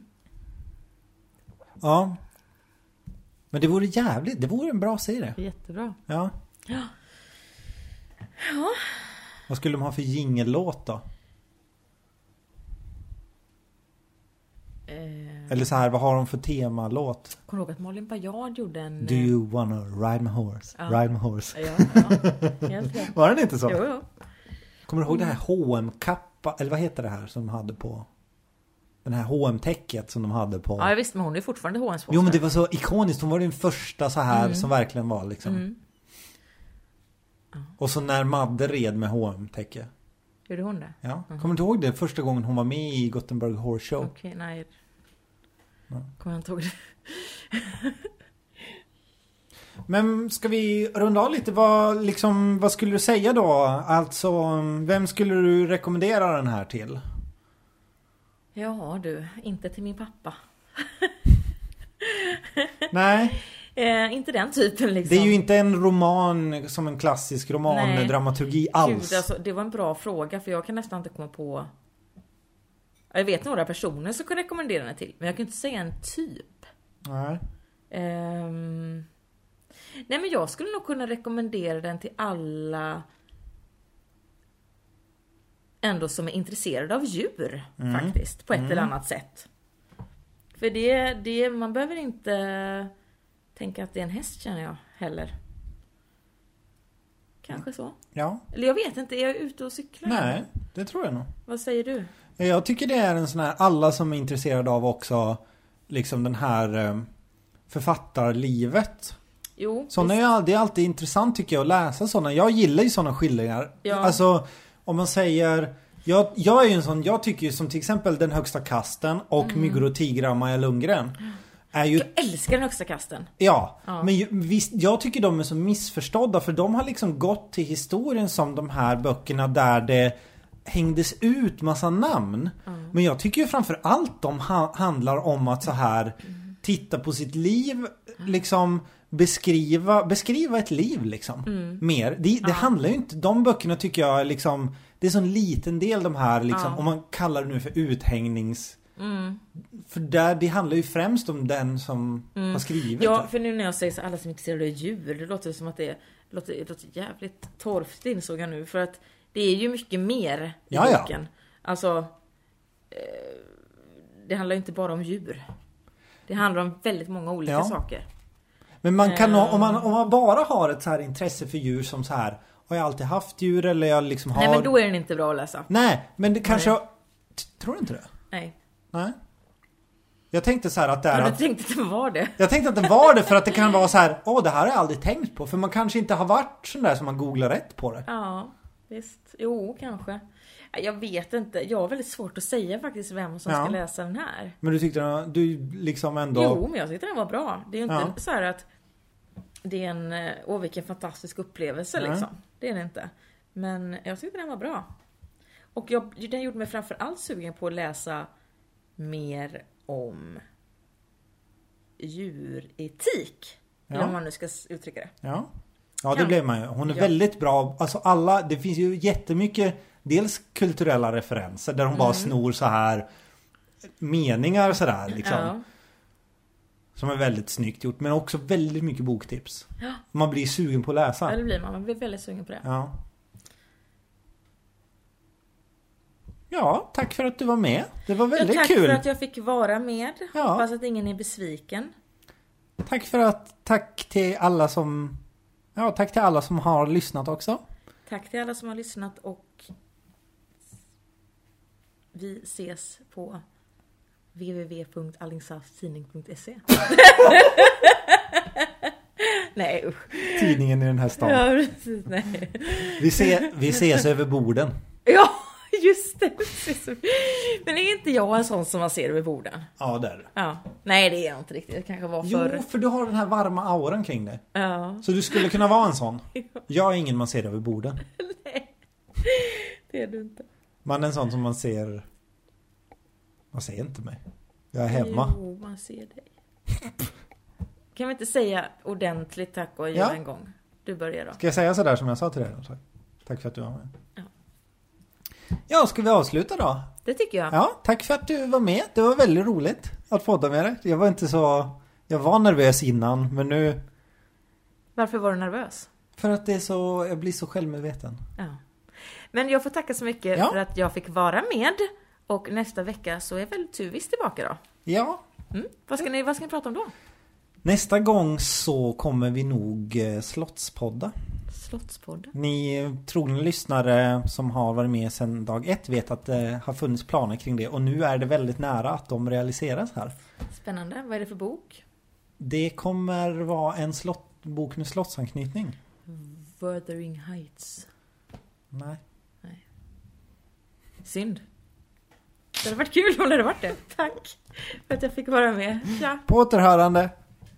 Ja. Men det vore en bra serie. Jättebra. Ja. Vad skulle de ha för jingellåt då? Eller så här, vad har de för temalåt? Kommer du ihåg att Malin Bajard gjorde en... Do you wanna ride my horse? Ja. Ride my horse. Ja, helt rätt. Var den inte så? Jo. Kommer du ihåg det här H&M-kappa? Eller vad heter det här som de hade på... Den här H&M-täcket som de hade på... Ja, jag visste, men hon är fortfarande H&M-sponsor. Jo, men det var så ikoniskt. Hon var den första så här som verkligen var liksom... Och så när Madde red med H&M-täcke. Gjorde hon det? Ja. Kommer du inte ihåg det första gången hon var med i Gothenburg Horse Show? Okej, nej. Kommer jag inte ihåg det. Men ska vi runda av lite? Vad skulle du säga då? Alltså, vem skulle du rekommendera den här till? Ja du, inte till min pappa. Nej. Inte den typen liksom. Det är ju inte en roman som en klassisk roman med dramaturgi alls. Gud, alltså, det var en bra fråga, för jag kan nästan inte komma på... Jag vet några personer som kan rekommendera den till, men jag kan inte säga en typ. Nej. Nej, men jag skulle nog kunna rekommendera den till alla ändå som är intresserade av djur faktiskt, på ett eller annat sätt. För det man behöver inte tänka att det är en häst, känner jag heller. Kanske så. Ja. Eller jag vet inte, är jag ute och cyklar? Nej, det tror jag nog. Vad säger du? Jag tycker det är en sån här, alla som är intresserade av också liksom den här författarlivet. Jo, Såna det är alltid intressant tycker jag att läsa såna. Jag gillar ju såna skildringar. Ja. Alltså om man säger jag är ju en sån, jag tycker ju som till exempel Den högsta kasten och Myggor och tigrar av Maja Lundgren är ju... Jag älskar Den högsta kasten. Ja. Men visst, jag tycker de är så missförstådda, för de har liksom gått till historien som de här böckerna där det hängdes ut massa namn. Men jag tycker ju framför allt de handlar om att så här titta på sitt liv, liksom beskriva ett liv liksom. Mer. Det handlar ju inte, de böckerna tycker jag liksom, det är så en liten del de här liksom, om man kallar det nu för uthängnings... För det handlar ju främst om den som har skrivit. Ja, för nu när jag säger så, alla som är intresserade av djur, det låter som att det låter jävligt torftigt, insåg jag nu. För att det är ju mycket mer i boken. Alltså, det handlar ju inte bara om djur. Det handlar om väldigt många olika saker. Men man kan om man bara har ett så här intresse för djur som så här, har jag alltid haft djur eller jag liksom har... Nej, men då är den inte bra att läsa. Nej, men det kanske... Tror du inte det? Nej. Jag tänkte så här att det är... Jag tänkte att det var det. Jag tänkte att det var det, för att det kan vara så här, det här har jag aldrig tänkt på. För man kanske inte har varit sån där som man googlar rätt på det. Ja, visst. Jo, kanske. Jag vet inte. Jag har väldigt svårt att säga faktiskt vem som ska läsa den här. Men du tyckte du liksom ändå... Jo, men jag tyckte den var bra. Det är ju inte så här att det är en... vilken fantastisk upplevelse liksom. Det är det inte. Men jag tyckte den var bra. Och den gjorde mig framförallt sugen på att läsa mer om djuretik. Eller om man nu ska uttrycka det. Ja, det blev man ju. Hon är väldigt bra. Alltså det finns ju jättemycket, dels kulturella referenser där hon bara snor så här meningar så där liksom. Som är väldigt snyggt gjort, men också väldigt mycket boktips. Man blir sugen på att läsa. Ja, det blir man. Man blir väldigt sugen på det. Ja, tack för att du var med. Det var väldigt tack kul. Tack för att jag fick vara med. Hoppas att ingen är besviken. Tack till alla som har lyssnat också. Tack till alla som har lyssnat, och vi ses på www.allingsaftstidning.se. Nej, usch. Tidningen i den här stan. Ja, precis, nej. Vi ses över borden. Ja, just det. Men är inte jag en sån som man ser över borden? Ja, det är det. Ja. Nej, det är jag inte riktigt. Det kanske var för... Jo, för du har den här varma auran kring dig. Ja. Så du skulle kunna vara en sån. Jag är ingen man ser över borden. Nej. Det är du inte. Man är en sån som man ser inte mig. Jag är hemma. Jo, man ser dig. Kan vi inte säga ordentligt tack och adjö en gång? Du börjar då. Ska jag säga så där som jag sa till dig? Tack för att du var med. Ja, ska vi avsluta då? Det tycker jag. Ja, tack för att du var med. Det var väldigt roligt att podda med dig. Jag var nervös innan, men nu... Varför var du nervös? För att jag blir så självmedveten. Ja. Men jag får tacka så mycket för att jag fick vara med. Och nästa vecka så är väl Tuvis tillbaka då? Ja. Vad ska ni prata om då? Nästa gång så kommer vi nog slottspodda. Slottspodda? Ni trogna lyssnare som har varit med sedan dag 1 vet att det har funnits planer kring det. Och nu är det väldigt nära att de realiseras här. Spännande. Vad är det för bok? Det kommer vara en bok med slottsanknytning. Wuthering Heights. Nej. Synd. Det hade varit kul om det hade varit det. Tack för att jag fick vara med. Ja. På återhörande.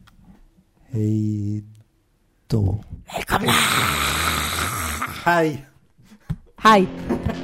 Hej då. Välkomna! Hej. Hej.